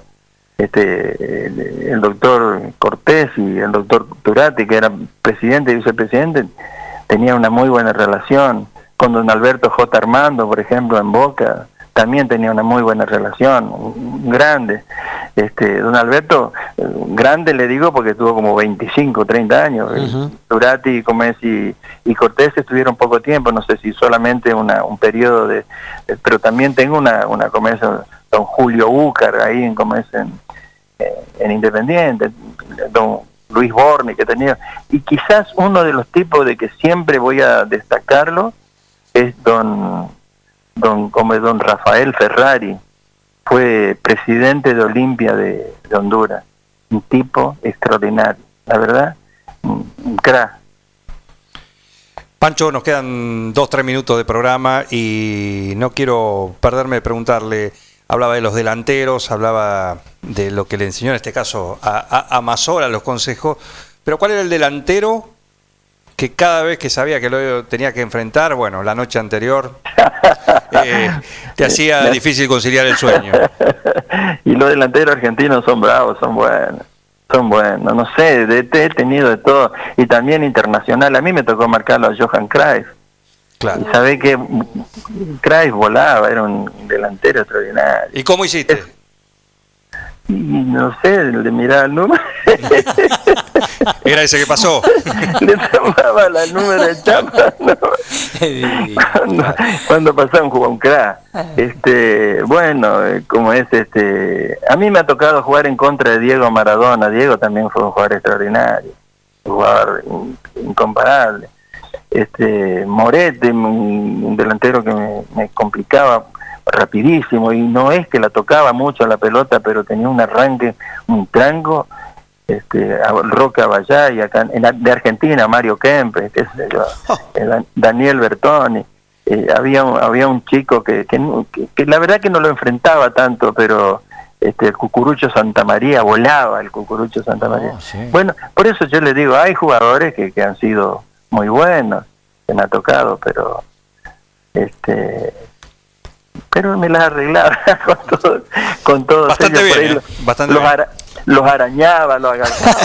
el doctor Cortés y el doctor Turati, que eran presidente y vicepresidente, tenía una muy buena relación. Con don Alberto J. Armando, por ejemplo, en Boca, también tenía una muy buena relación, grande. Don Alberto, grande le digo porque tuvo como 25, 30 años. Uh-huh. Turati, Comés y Cortés estuvieron poco tiempo, no sé si solamente un periodo pero también tengo una Comés, don Julio Úcar, ahí en Comés, en Independiente, don Luis Borni, que tenía. Y quizás uno de los tipos de que siempre voy a destacarlo es don Rafael Ferrari, fue presidente de Olimpia de Honduras, un tipo extraordinario, la verdad, un crack. Pancho, nos quedan 2-3 minutos de programa y no quiero perderme de preguntarle, hablaba de los delanteros, hablaba de lo que le enseñó en este caso a Mazzola, los consejos, pero ¿cuál era el delantero que cada vez que sabía que lo tenía que enfrentar, bueno, la noche anterior, te hacía difícil conciliar el sueño? Y los delanteros argentinos son bravos, son buenos, no sé, he tenido de todo, y también internacional. A mí me tocó marcarlo a Johan Cruyff. Claro. Y sabés que Cruyff volaba, era un delantero extraordinario. ¿Y cómo hiciste? No sé, de mirar el número. ¿Era ese que pasó? Le tomaba el número de chapa, ¿no? Cuando pasaba un crack. Bueno, como es a mí me ha tocado jugar en contra de Diego Maradona. Diego también fue un jugador extraordinario, un jugador incomparable. Morete, un delantero que me complicaba rapidísimo, y no es que la tocaba mucho la pelota, pero tenía un arranque, un tranco. Roca Bayá, y acá de Argentina, Mario Kempes, qué sé yo, Daniel Bertoni. Había un chico que la verdad que no lo enfrentaba tanto, pero el Cucurucho Santamaría, volaba el Cucurucho Santamaría. Sí. Bueno, por eso yo le digo, hay jugadores que han sido muy buenos, que me ha tocado, pero me las arreglaba con todo. Bastante ellos, bien, bastante bien. Los arañaba, los agarraba.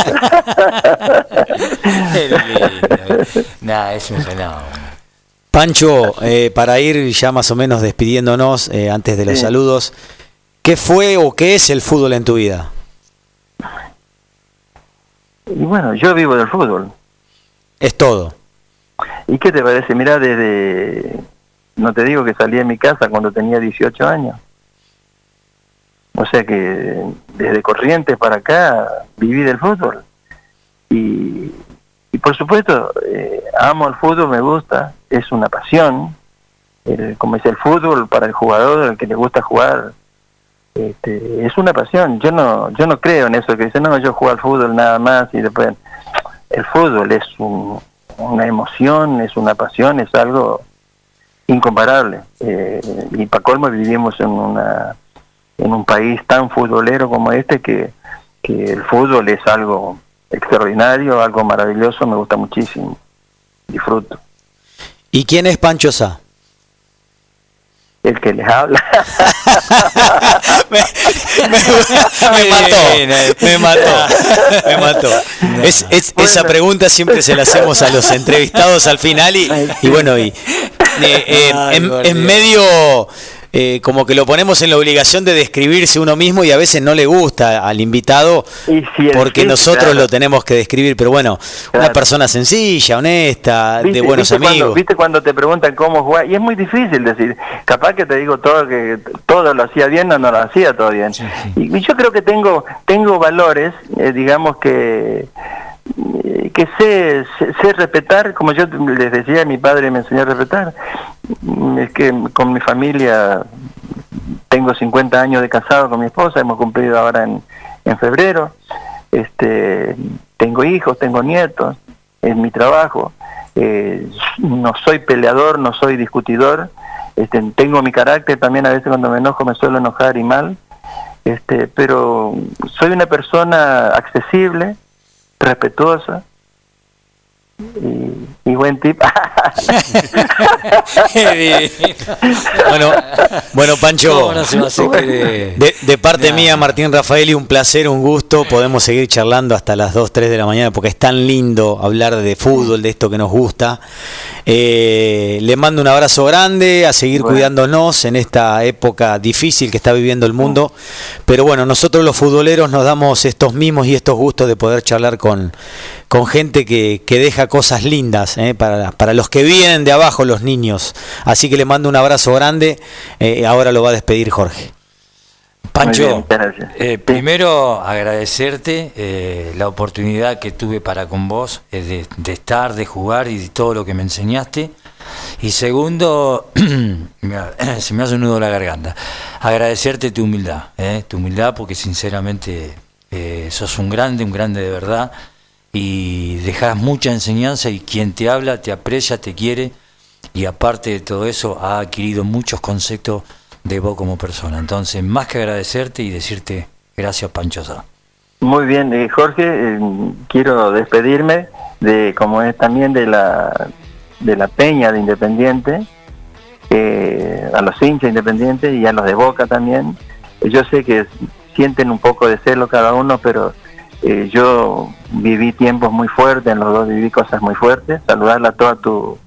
Es un fenómeno. Pancho, para ir ya más o menos despidiéndonos, antes de los saludos, ¿qué fue o qué es el fútbol en tu vida? Y bueno, yo vivo del fútbol. Es todo. ¿Y qué te parece? Mirá, no te digo que salí de mi casa cuando tenía 18 años. O sea que desde Corrientes para acá viví del fútbol. Y por supuesto, amo el fútbol, me gusta, es una pasión. Como es el fútbol para el jugador, al que le gusta jugar, es una pasión. Yo no creo en eso que dicen, no, yo juego al fútbol nada más y después. El fútbol es una emoción, es una pasión, es algo incomparable. Y para colmo vivimos en un país tan futbolero como que el fútbol es algo extraordinario, algo maravilloso, me gusta muchísimo, disfruto. ¿Y quién es Pancho Sá? El que les habla. me mató. Esa pregunta siempre se la hacemos a los entrevistados al final y bueno, en medio como que lo ponemos en la obligación de describirse uno mismo y a veces no le gusta al invitado porque nosotros lo tenemos que describir, pero bueno, una persona sencilla, honesta, de buenos amigos. ¿Viste cuando te preguntan cómo jugar? Y es muy difícil decir, capaz que te digo todo, que todo lo hacía bien o no lo hacía todo bien. Sí. Y yo creo que tengo valores, digamos que sé respetar, como yo les decía, mi padre me enseñó a respetar. Es que con mi familia tengo 50 años de casado con mi esposa, hemos cumplido ahora en febrero. Tengo hijos, tengo nietos, es mi trabajo. No soy peleador, no soy discutidor. Tengo mi carácter, también a veces cuando me enojo me suelo enojar y mal. Pero soy una persona accesible, respetuosa y buen tip. Bueno, Pancho, de parte mía, Martín Rafaeli, un placer, un gusto. Podemos seguir charlando hasta las 2, 3 de la mañana porque es tan lindo hablar de fútbol, de esto que nos gusta. Le mando un abrazo grande, a seguir cuidándonos en esta época difícil que está viviendo el mundo. Pero bueno, nosotros los futboleros nos damos estos mimos y estos gustos de poder charlar con gente que deja cosas lindas para los que vienen de abajo, los niños. Así que le mando un abrazo grande. Ahora lo va a despedir Jorge. Pancho, primero agradecerte la oportunidad que tuve para con vos de estar, de jugar y de todo lo que me enseñaste. Y segundo, se me hace un nudo la garganta, agradecerte tu humildad porque sinceramente sos un grande de verdad y dejás mucha enseñanza y quien te habla te aprecia, te quiere y aparte de todo eso ha adquirido muchos conceptos de vos como persona. Entonces, más que agradecerte y decirte gracias, Pancho Sá. Muy bien, Jorge, quiero despedirme como es también de la Peña de Independiente, a los hinchas Independientes y a los de Boca también. Yo sé que sienten un poco de celo cada uno, pero yo viví tiempos muy fuertes, en los dos viví cosas muy fuertes. Saludarla a tu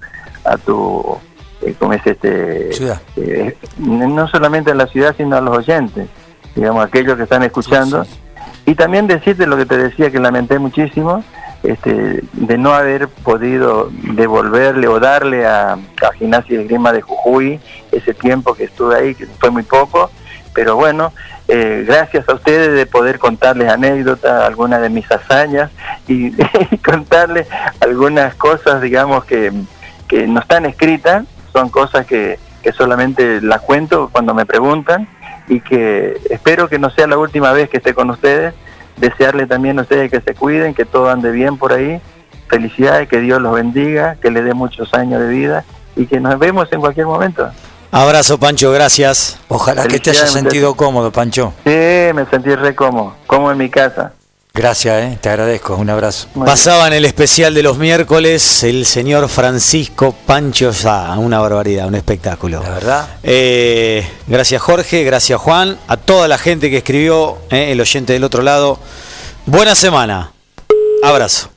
¿cómo es ciudad? No solamente a la ciudad, sino a los oyentes, digamos, aquellos que están escuchando. Sí. Y también decirte lo que te decía, que lamenté muchísimo, de no haber podido devolverle o darle a Gimnasia y Esgrima de Jujuy ese tiempo que estuve ahí, que fue muy poco, pero bueno, gracias a ustedes de poder contarles anécdotas, algunas de mis hazañas y contarles algunas cosas, digamos, que no están escritas, son cosas que solamente las cuento cuando me preguntan y que espero que no sea la última vez que esté con ustedes. Desearle también a ustedes que se cuiden, que todo ande bien por ahí. Felicidades, que Dios los bendiga, que les dé muchos años de vida y que nos vemos en cualquier momento. Abrazo, Pancho, gracias. Ojalá que te hayas sentido cómodo, Pancho. Sí, me sentí re cómodo, como en mi casa. Gracias, te agradezco, un abrazo. Pasaba en el especial de los miércoles el señor Francisco Pancho Sá, una barbaridad, un espectáculo. La verdad. Gracias Jorge, gracias Juan, a toda la gente que escribió, el oyente del otro lado. Buena semana, abrazo.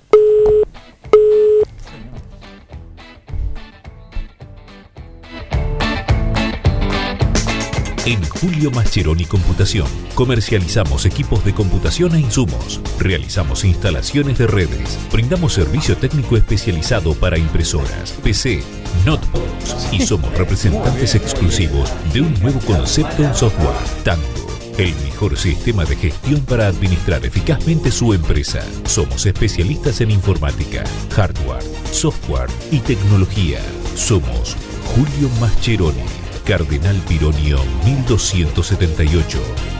En Julio Mascheroni Computación, comercializamos equipos de computación e insumos, realizamos instalaciones de redes, brindamos servicio técnico especializado para impresoras, PC, notebooks y somos representantes exclusivos de un nuevo concepto en software, Tango, el mejor sistema de gestión para administrar eficazmente su empresa. Somos especialistas en informática, hardware, software y tecnología. Somos Julio Mascheroni. Cardenal Pironio 1278,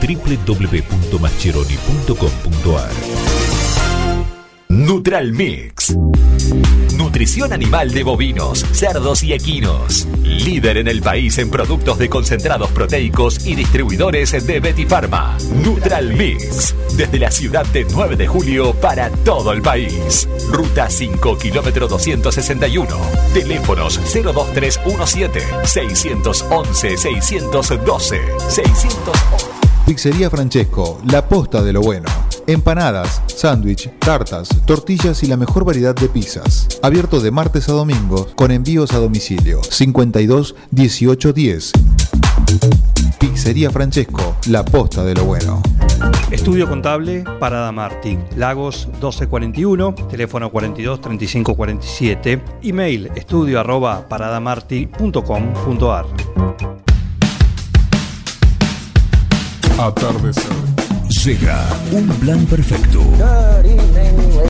www.mascheroni.com.ar. Nutralmix. Nutrición animal de bovinos, cerdos y equinos. Líder en el país en productos de concentrados proteicos y distribuidores de Betifarma. Nutralmix. Desde la ciudad de 9 de julio para todo el país. Ruta 5, kilómetro 261. Teléfonos 02317 611 612 611. Pizzería Francesco, la posta de lo bueno. Empanadas, sándwich, tartas, tortillas y la mejor variedad de pizzas. Abierto de martes a domingos con envíos a domicilio. 52 18 10. Pizzería Francesco, la posta de lo bueno. Estudio Contable Parada Martí, Lagos 1241, teléfono 42 35 47, email estudio@paradamarti.com.ar. Atardecer. Llega un plan perfecto.